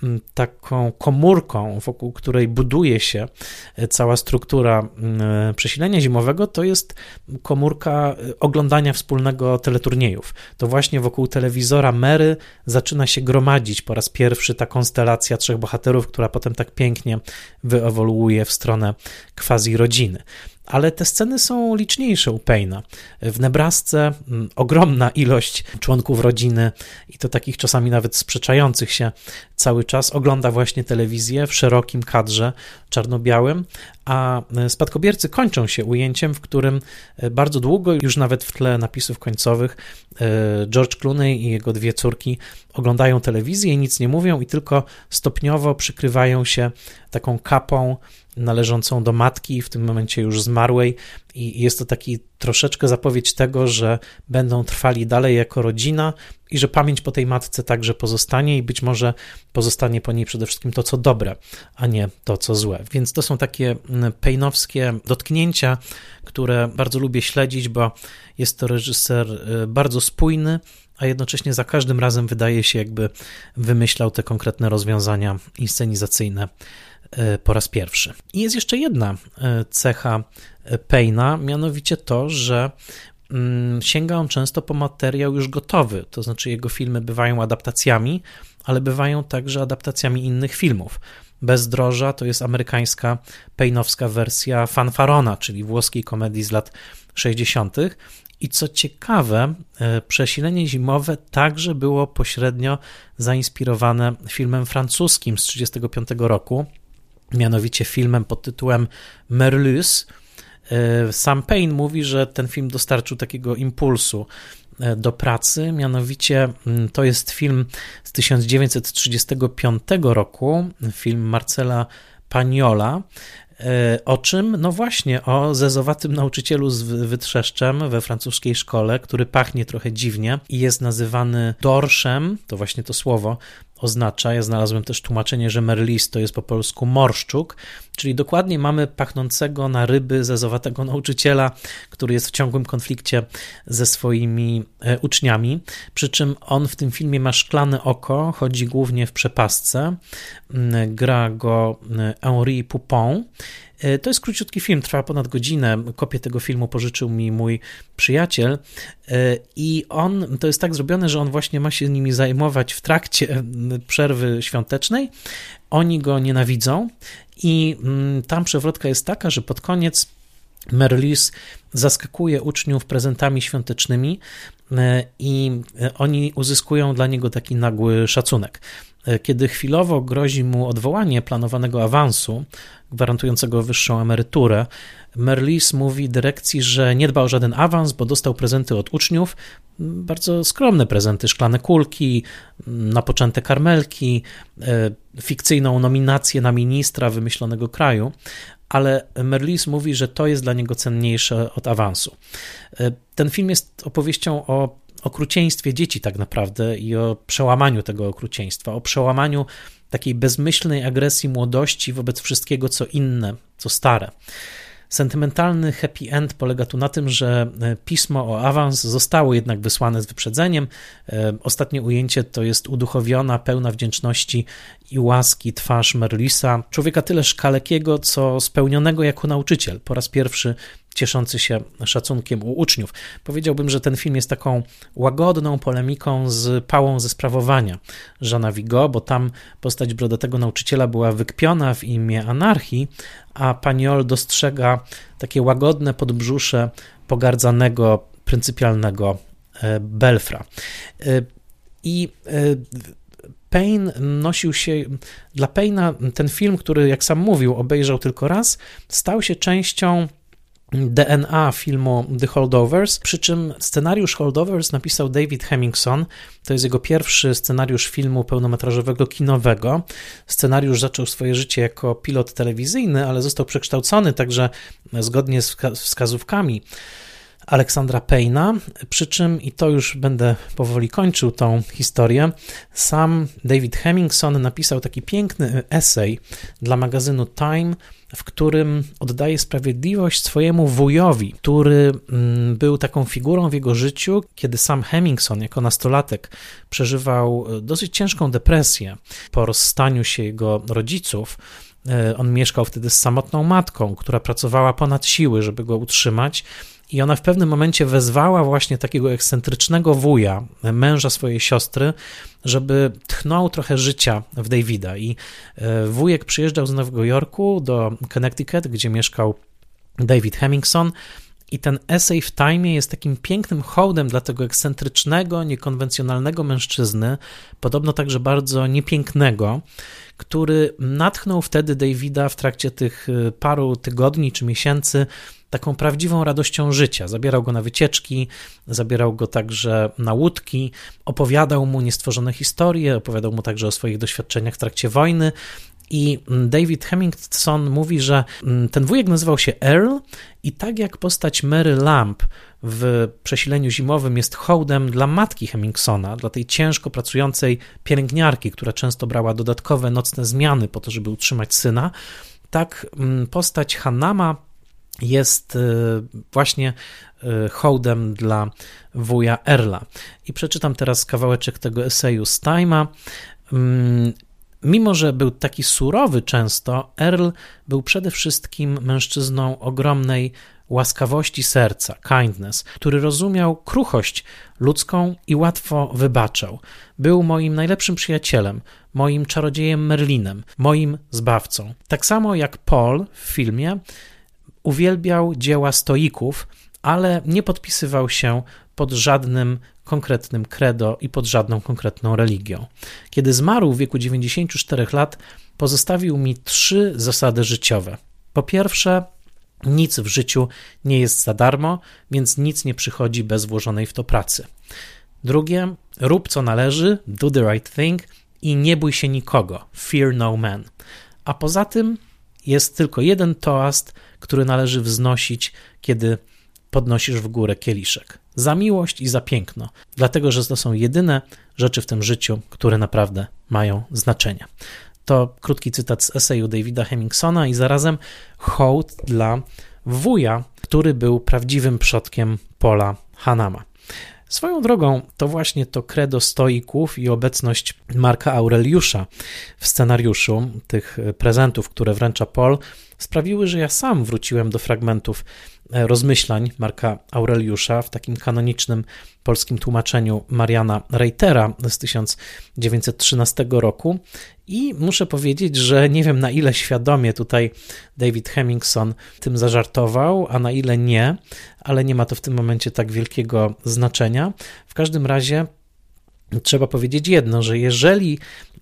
taką komórką, wokół której buduje się cała struktura Przesilenia zimowego, to jest komórka oglądania wspólnego teleturniejów. To właśnie wokół telewizora Mary zaczyna się gromadzić po raz pierwszy ta konstelacja trzech bohaterów, która potem tak pięknie wyewoluuje w stronę quasi-rodziny. Ale te sceny są liczniejsze u Payne'a. W Nebrasce ogromna ilość członków rodziny i to takich czasami nawet sprzeczających się cały czas ogląda właśnie telewizję w szerokim kadrze czarno-białym, a Spadkobiercy kończą się ujęciem, w którym bardzo długo, już nawet w tle napisów końcowych, George Clooney i jego dwie córki oglądają telewizję i nic nie mówią i tylko stopniowo przykrywają się taką kapą należącą do matki, w tym momencie już zmarłej, i jest to taki troszeczkę zapowiedź tego, że będą trwali dalej jako rodzina i że pamięć po tej matce także pozostanie i być może pozostanie po niej przede wszystkim to, co dobre, a nie to, co złe. Więc to są takie Payne'owskie dotknięcia, które bardzo lubię śledzić, bo jest to reżyser bardzo spójny, a jednocześnie za każdym razem wydaje się, jakby wymyślał te konkretne rozwiązania inscenizacyjne po raz pierwszy. I jest jeszcze jedna cecha Payne'a, mianowicie to, że sięga on często po materiał już gotowy, to znaczy jego filmy bywają adaptacjami, ale bywają także adaptacjami innych filmów. Bezdroża to jest amerykańska Payne'owska wersja Fanfarona, czyli włoskiej komedii z lat 60. I co ciekawe, Przesilenie zimowe także było pośrednio zainspirowane filmem francuskim z 1935 roku, mianowicie filmem pod tytułem Merlus. Sam Payne mówi, że ten film dostarczył takiego impulsu do pracy, mianowicie to jest film z 1935 roku, film Marcela Pagnola. O czym? No właśnie, o zezowatym nauczycielu z wytrzeszczem we francuskiej szkole, który pachnie trochę dziwnie i jest nazywany dorszem, to właśnie to słowo oznacza. Ja znalazłem też tłumaczenie, że merlis to jest po polsku morszczuk, czyli dokładnie mamy pachnącego na ryby zezowatego nauczyciela, który jest w ciągłym konflikcie ze swoimi uczniami, przy czym on w tym filmie ma szklane oko, chodzi głównie w przepastce, gra go Henri Poupon. To jest króciutki film, trwa ponad godzinę. Kopię tego filmu pożyczył mi mój przyjaciel i to jest tak zrobione, że on właśnie ma się nimi zajmować w trakcie przerwy świątecznej. Oni go nienawidzą i tam przewrotka jest taka, że pod koniec Merlis zaskakuje uczniów prezentami świątecznymi i oni uzyskują dla niego taki nagły szacunek. Kiedy chwilowo grozi mu odwołanie planowanego awansu, gwarantującego wyższą emeryturę, Merlis mówi dyrekcji, że nie dba o żaden awans, bo dostał prezenty od uczniów, bardzo skromne prezenty, szklane kulki, napoczęte karmelki, fikcyjną nominację na ministra wymyślonego kraju, ale Merlis mówi, że to jest dla niego cenniejsze od awansu. Ten film jest opowieścią o okrucieństwie dzieci tak naprawdę i o przełamaniu tego okrucieństwa, o przełamaniu takiej bezmyślnej agresji młodości wobec wszystkiego, co inne, co stare. Sentymentalny happy end polega tu na tym, że pismo o awans zostało jednak wysłane z wyprzedzeniem. Ostatnie ujęcie to jest uduchowiona, pełna wdzięczności i łaski twarz Merlisa, człowieka tyleż kalekiego, co spełnionego jako nauczyciel, po raz pierwszy cieszący się szacunkiem u uczniów. Powiedziałbym, że ten film jest taką łagodną polemiką z Pałą ze sprawowania Jeana Vigo, bo tam postać brodatego nauczyciela była wykpiona w imię anarchii, a Pagnol dostrzega takie łagodne podbrzusze pogardzanego, pryncypialnego Belfra. I Payne nosił się, dla Payne'a ten film, który jak sam mówił, obejrzał tylko raz, stał się częścią DNA filmu The Holdovers, przy czym scenariusz Holdovers napisał David Hemmingson. To jest jego pierwszy scenariusz filmu pełnometrażowego kinowego. Scenariusz zaczął swoje życie jako pilot telewizyjny, ale został przekształcony także zgodnie z wskazówkami Aleksandra Payne'a, przy czym, i to już będę powoli kończył tą historię, sam David Hemmingson napisał taki piękny esej dla magazynu Time, w którym oddaje sprawiedliwość swojemu wujowi, który był taką figurą w jego życiu, kiedy sam Hemmingson jako nastolatek przeżywał dosyć ciężką depresję po rozstaniu się jego rodziców. On mieszkał wtedy z samotną matką, która pracowała ponad siły, żeby go utrzymać. I ona w pewnym momencie wezwała właśnie takiego ekscentrycznego wuja, męża swojej siostry, żeby tchnął trochę życia w Davida. I wujek przyjeżdżał z Nowego Jorku do Connecticut, gdzie mieszkał David Hemmingson. I ten esej w Time'ie jest takim pięknym hołdem dla tego ekscentrycznego, niekonwencjonalnego mężczyzny, podobno także bardzo niepięknego, który natchnął wtedy Davida w trakcie tych paru tygodni czy miesięcy taką prawdziwą radością życia. Zabierał go na wycieczki, zabierał go także na łódki, opowiadał mu niestworzone historie, opowiadał mu także o swoich doświadczeniach w trakcie wojny I David Hemmingson mówi, że ten wujek nazywał się Earl i tak jak postać Mary Lamb w Przesileniu zimowym jest hołdem dla matki Hemmingsona, dla tej ciężko pracującej pielęgniarki, która często brała dodatkowe nocne zmiany po to, żeby utrzymać syna, tak postać Hannama jest właśnie hołdem dla wuja Earla. I przeczytam teraz kawałeczek tego eseju z Time'a. Mimo że był taki surowy często, Earl był przede wszystkim mężczyzną ogromnej łaskawości serca, kindness, który rozumiał kruchość ludzką i łatwo wybaczał. Był moim najlepszym przyjacielem, moim czarodziejem Merlinem, moim zbawcą. Tak samo jak Paul w filmie uwielbiał dzieła stoików, ale nie podpisywał się pod żadnym konkretnym credo i pod żadną konkretną religią. Kiedy zmarł w wieku 94 lat, pozostawił mi 3 zasady życiowe. Po pierwsze, nic w życiu nie jest za darmo, więc nic nie przychodzi bez włożonej w to pracy. Drugie, rób co należy, do the right thing i nie bój się nikogo, fear no man. A poza tym jest tylko jeden toast, który należy wznosić, kiedy podnosisz w górę kieliszek. Za miłość i za piękno, dlatego że to są jedyne rzeczy w tym życiu, które naprawdę mają znaczenie. To krótki cytat z eseju Davida Hemmingsona i zarazem hołd dla wuja, który był prawdziwym przodkiem Paula Hannama. Swoją drogą to właśnie to credo stoików i obecność Marka Aureliusza w scenariuszu tych prezentów, które wręcza Paul, sprawiły, że ja sam wróciłem do fragmentów rozmyślań Marka Aureliusza w takim kanonicznym polskim tłumaczeniu Mariana Reitera z 1913 roku i muszę powiedzieć, że nie wiem na ile świadomie tutaj David Hemmingson tym zażartował, a na ile nie, ale nie ma to w tym momencie tak wielkiego znaczenia. W każdym razie trzeba powiedzieć jedno, że jeżeli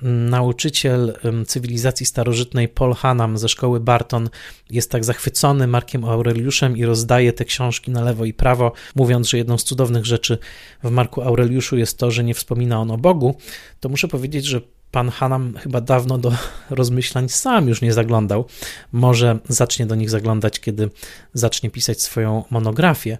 nauczyciel cywilizacji starożytnej Paul Hannam ze szkoły Barton jest tak zachwycony Markiem Aureliuszem i rozdaje te książki na lewo i prawo, mówiąc, że jedną z cudownych rzeczy w Marku Aureliuszu jest to, że nie wspomina on o Bogu, to muszę powiedzieć, że pan Hannam chyba dawno do rozmyślań sam już nie zaglądał. Może zacznie do nich zaglądać, kiedy zacznie pisać swoją monografię,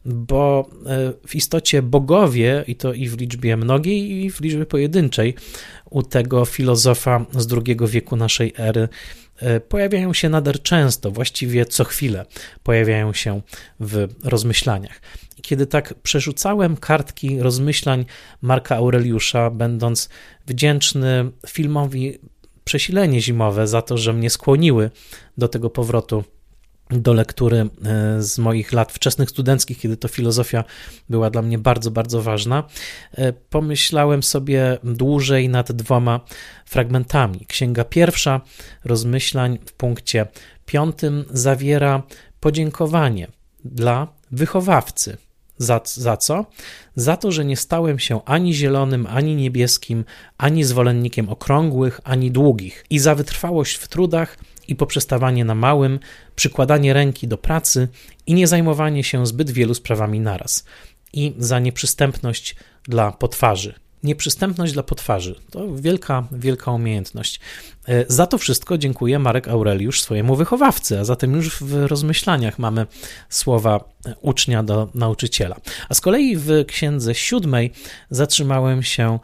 bo w istocie bogowie, i to i w liczbie mnogiej, i w liczbie pojedynczej, u tego filozofa z II wieku naszej ery pojawiają się nader często, właściwie co chwilę pojawiają się w rozmyślaniach. I kiedy tak przerzucałem kartki rozmyślań Marka Aureliusza, będąc wdzięczny filmowi Przesilenie zimowe za to, że mnie skłoniły do tego powrotu do lektury z moich lat wczesnych studenckich, kiedy to filozofia była dla mnie bardzo, bardzo ważna, pomyślałem sobie dłużej nad 2 fragmentami. Księga pierwsza rozmyślań w punkcie 5 zawiera podziękowanie dla wychowawcy. Za co? Za to, że nie stałem się ani zielonym, ani niebieskim, ani zwolennikiem okrągłych, ani długich i za wytrwałość w trudach i poprzestawanie na małym, przykładanie ręki do pracy i nie zajmowanie się zbyt wielu sprawami naraz. I za nieprzystępność dla potwarzy. Nieprzystępność dla potwarzy to wielka, wielka umiejętność. Za to wszystko dziękuję Marek Aureliusz swojemu wychowawcy, a zatem już w rozmyślaniach mamy słowa ucznia do nauczyciela. A z kolei w księdze 7 zatrzymałem się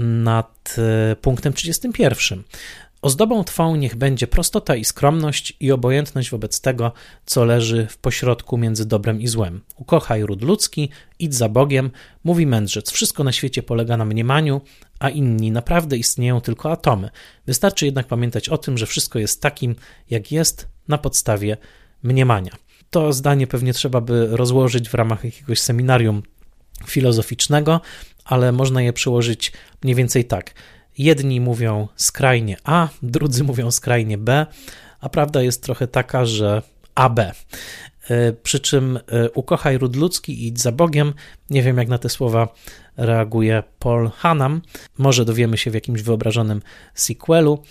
nad punktem 31. Ozdobą Twą niech będzie prostota i skromność i obojętność wobec tego, co leży w pośrodku między dobrem i złem. Ukochaj ród ludzki, idź za Bogiem, mówi mędrzec. Wszystko na świecie polega na mniemaniu, a inni naprawdę istnieją tylko atomy. Wystarczy jednak pamiętać o tym, że wszystko jest takim, jak jest, na podstawie mniemania. To zdanie pewnie trzeba by rozłożyć w ramach jakiegoś seminarium filozoficznego, ale można je przełożyć mniej więcej tak. Jedni mówią skrajnie A, drudzy mówią skrajnie B, a prawda jest trochę taka, że AB. Przy czym ukochaj ród ludzki i idź za Bogiem. Nie wiem, jak na te słowa reaguje Paul Hannam. Może dowiemy się w jakimś wyobrażonym sequelu.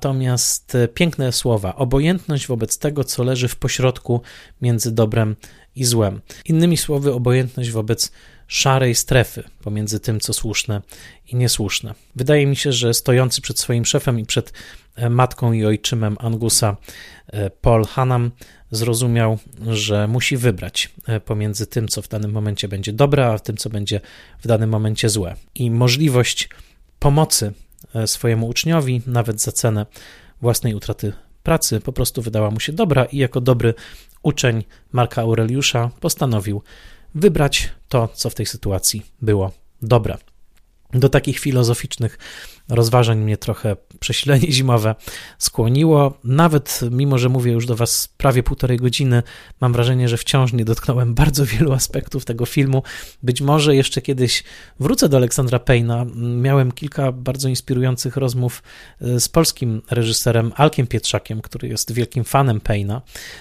Natomiast piękne słowa. Obojętność wobec tego, co leży w pośrodku między dobrem i złem. Innymi słowy, obojętność wobec szarej strefy pomiędzy tym, co słuszne i niesłuszne. Wydaje mi się, że stojący przed swoim szefem i przed matką i ojczymem Angusa Paul Hannam zrozumiał, że musi wybrać pomiędzy tym, co w danym momencie będzie dobre, a tym, co będzie w danym momencie złe. I możliwość pomocy swojemu uczniowi, nawet za cenę własnej utraty pracy, po prostu wydała mu się dobra i jako dobry uczeń Marka Aureliusza postanowił wybrać to, co w tej sytuacji było dobre. Do takich filozoficznych rozważań mnie trochę przesilenie zimowe skłoniło. Nawet mimo, że mówię już do Was prawie 1,5 godziny, mam wrażenie, że wciąż nie dotknąłem bardzo wielu aspektów tego filmu. Być może jeszcze kiedyś wrócę do Aleksandra Payne'a. Miałem kilka bardzo inspirujących rozmów z polskim reżyserem Alkiem Pietrzakiem, który jest wielkim fanem Payne'a.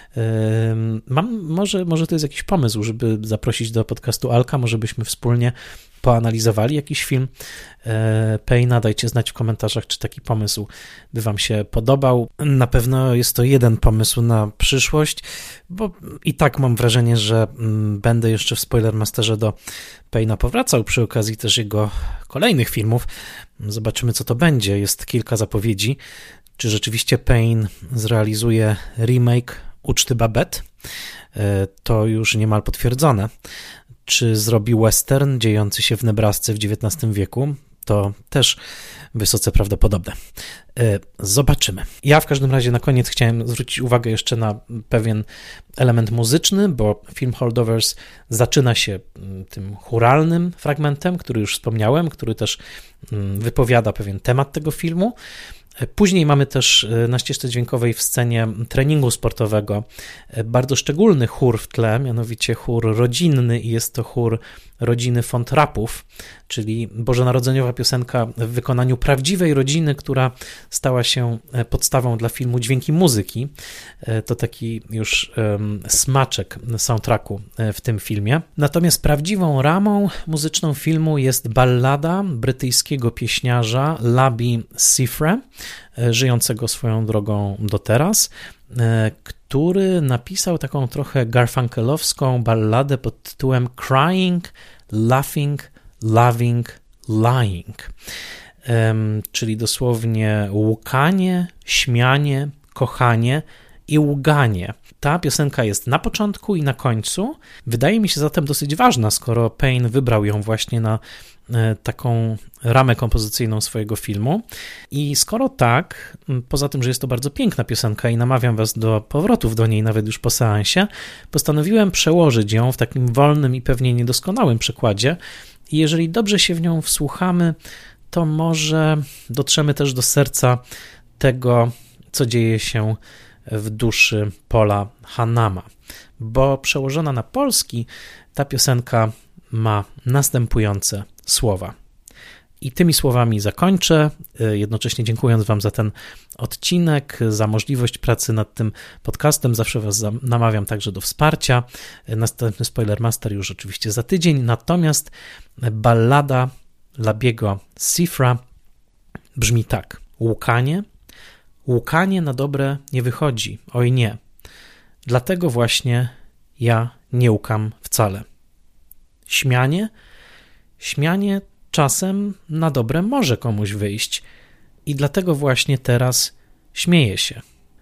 Może to jest jakiś pomysł, żeby zaprosić do podcastu Alka, może byśmy wspólnie poanalizowali jakiś film Payne'a. Dajcie znać w komentarzach, czy taki pomysł by Wam się podobał. Na pewno jest to jeden pomysł na przyszłość, bo i tak mam wrażenie, że będę jeszcze w Spoilermasterze do Payne'a powracał przy okazji też jego kolejnych filmów. Zobaczymy, co to będzie. Jest kilka zapowiedzi. Czy rzeczywiście Payne zrealizuje remake Uczty Babette? To już niemal potwierdzone. Czy zrobi western dziejący się w Nebrasce w XIX wieku? To też wysoce prawdopodobne. Zobaczymy. Ja w każdym razie na koniec chciałem zwrócić uwagę jeszcze na pewien element muzyczny, bo film Holdovers zaczyna się tym chóralnym fragmentem, który już wspomniałem, który też wypowiada pewien temat tego filmu. Później mamy też na ścieżce dźwiękowej w scenie treningu sportowego bardzo szczególny chór w tle, mianowicie chór rodzinny i jest to chór rodziny von Trappów, czyli bożonarodzeniowa piosenka w wykonaniu prawdziwej rodziny, która stała się podstawą dla filmu Dźwięki muzyki. To taki już smaczek soundtracku w tym filmie. Natomiast prawdziwą ramą muzyczną filmu jest ballada brytyjskiego pieśniarza Labi Siffre, żyjącego swoją drogą do teraz, który napisał taką trochę garfunkelowską balladę pod tytułem Crying, Laughing, Loving, Lying, czyli dosłownie łkanie, śmianie, kochanie i łganie. Ta piosenka jest na początku i na końcu. Wydaje mi się zatem dosyć ważna, skoro Payne wybrał ją właśnie na taką ramę kompozycyjną swojego filmu. I skoro tak, poza tym, że jest to bardzo piękna piosenka i namawiam Was do powrotów do niej nawet już po seansie, postanowiłem przełożyć ją w takim wolnym i pewnie niedoskonałym przekładzie. I jeżeli dobrze się w nią wsłuchamy, to może dotrzemy też do serca tego, co dzieje się w duszy Paula Hannama, bo przełożona na polski ta piosenka ma następujące słowa. I tymi słowami zakończę, jednocześnie dziękując Wam za ten odcinek, za możliwość pracy nad tym podcastem. Zawsze Was namawiam także do wsparcia. Następny Spoilermaster już oczywiście za tydzień, natomiast ballada Labiego Siffra brzmi tak. Łkanie na dobre nie wychodzi, oj nie. Dlatego właśnie ja nie łkam wcale. Śmianie czasem na dobre może komuś wyjść i dlatego właśnie teraz śmieję się.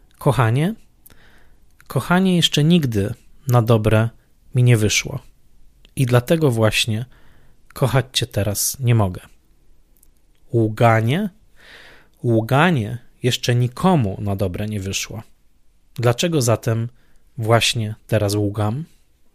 Kochanie jeszcze nigdy na dobre mi nie wyszło i dlatego właśnie kochać Cię teraz nie mogę. Łganie jeszcze nikomu na dobre nie wyszło. Dlaczego zatem właśnie teraz łgam?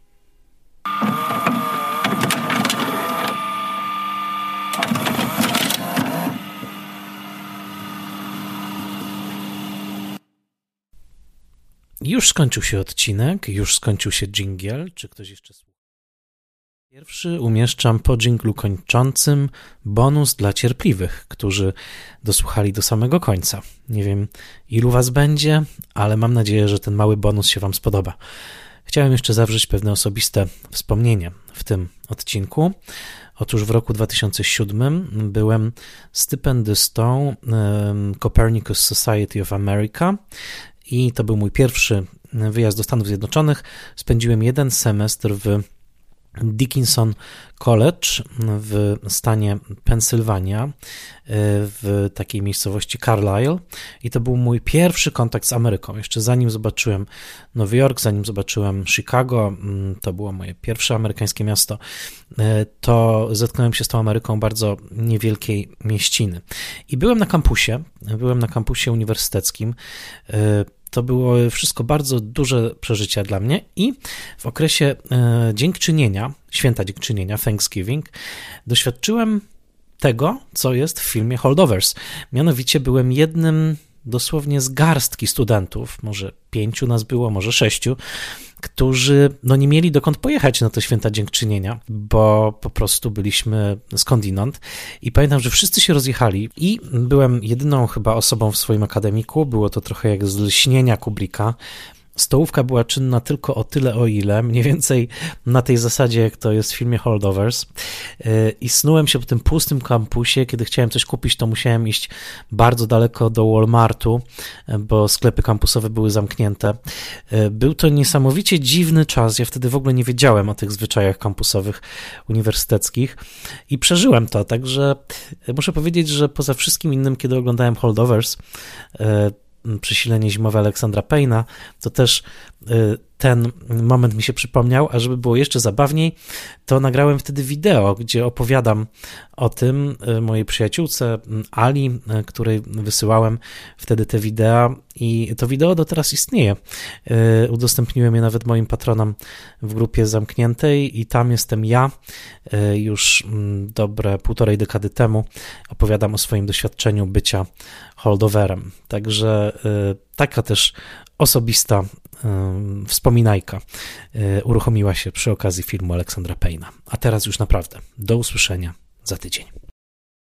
Już skończył się odcinek, już skończył się dżingiel. Czy ktoś jeszcze słucha? Pierwszy umieszczam po dżinglu kończącym bonus dla cierpliwych, którzy dosłuchali do samego końca. Nie wiem, ilu Was będzie, ale mam nadzieję, że ten mały bonus się Wam spodoba. Chciałem jeszcze zawrzeć pewne osobiste wspomnienie w tym odcinku. Otóż w roku 2007 byłem stypendystą Copernicus Society of America i to był mój pierwszy wyjazd do Stanów Zjednoczonych. Spędziłem 1 semestr w Dickinson College w stanie Pensylwania, w takiej miejscowości Carlisle, i to był mój pierwszy kontakt z Ameryką. Jeszcze zanim zobaczyłem Nowy Jork, zanim zobaczyłem Chicago, to było moje pierwsze amerykańskie miasto, to zetknąłem się z tą Ameryką bardzo niewielkiej mieściny. I byłem na kampusie uniwersyteckim. To było wszystko bardzo duże przeżycia dla mnie i w okresie dziękczynienia, święta dziękczynienia, Thanksgiving, doświadczyłem tego, co jest w filmie Holdovers. Mianowicie byłem jednym dosłownie z garstki studentów, może 5 nas było, może 6, którzy nie mieli dokąd pojechać na to święta dziękczynienia, bo po prostu byliśmy skądinąd i pamiętam, że wszyscy się rozjechali i byłem jedyną chyba osobą w swoim akademiku, było to trochę jak z Lśnienia Kubricka. Stołówka była czynna tylko o tyle, o ile, mniej więcej na tej zasadzie, jak to jest w filmie Holdovers. I snułem się po tym pustym kampusie. Kiedy chciałem coś kupić, to musiałem iść bardzo daleko do Walmartu, bo sklepy kampusowe były zamknięte. Był to niesamowicie dziwny czas. Ja wtedy w ogóle nie wiedziałem o tych zwyczajach kampusowych, uniwersyteckich i przeżyłem to. Także muszę powiedzieć, że poza wszystkim innym, kiedy oglądałem Holdovers, Przesilenie zimowe Aleksandra Payne'a, to też ten moment mi się przypomniał, a żeby było jeszcze zabawniej, to nagrałem wtedy wideo, gdzie opowiadam o tym mojej przyjaciółce Ali, której wysyłałem wtedy te wideo, i to wideo do teraz istnieje. Udostępniłem je nawet moim patronom w grupie zamkniętej i tam jestem ja, już dobre 1,5 dekady temu opowiadam o swoim doświadczeniu bycia holdoverem. Także taka też osobista wspominajka uruchomiła się przy okazji filmu Aleksandra Payne'a. A teraz już naprawdę do usłyszenia za tydzień.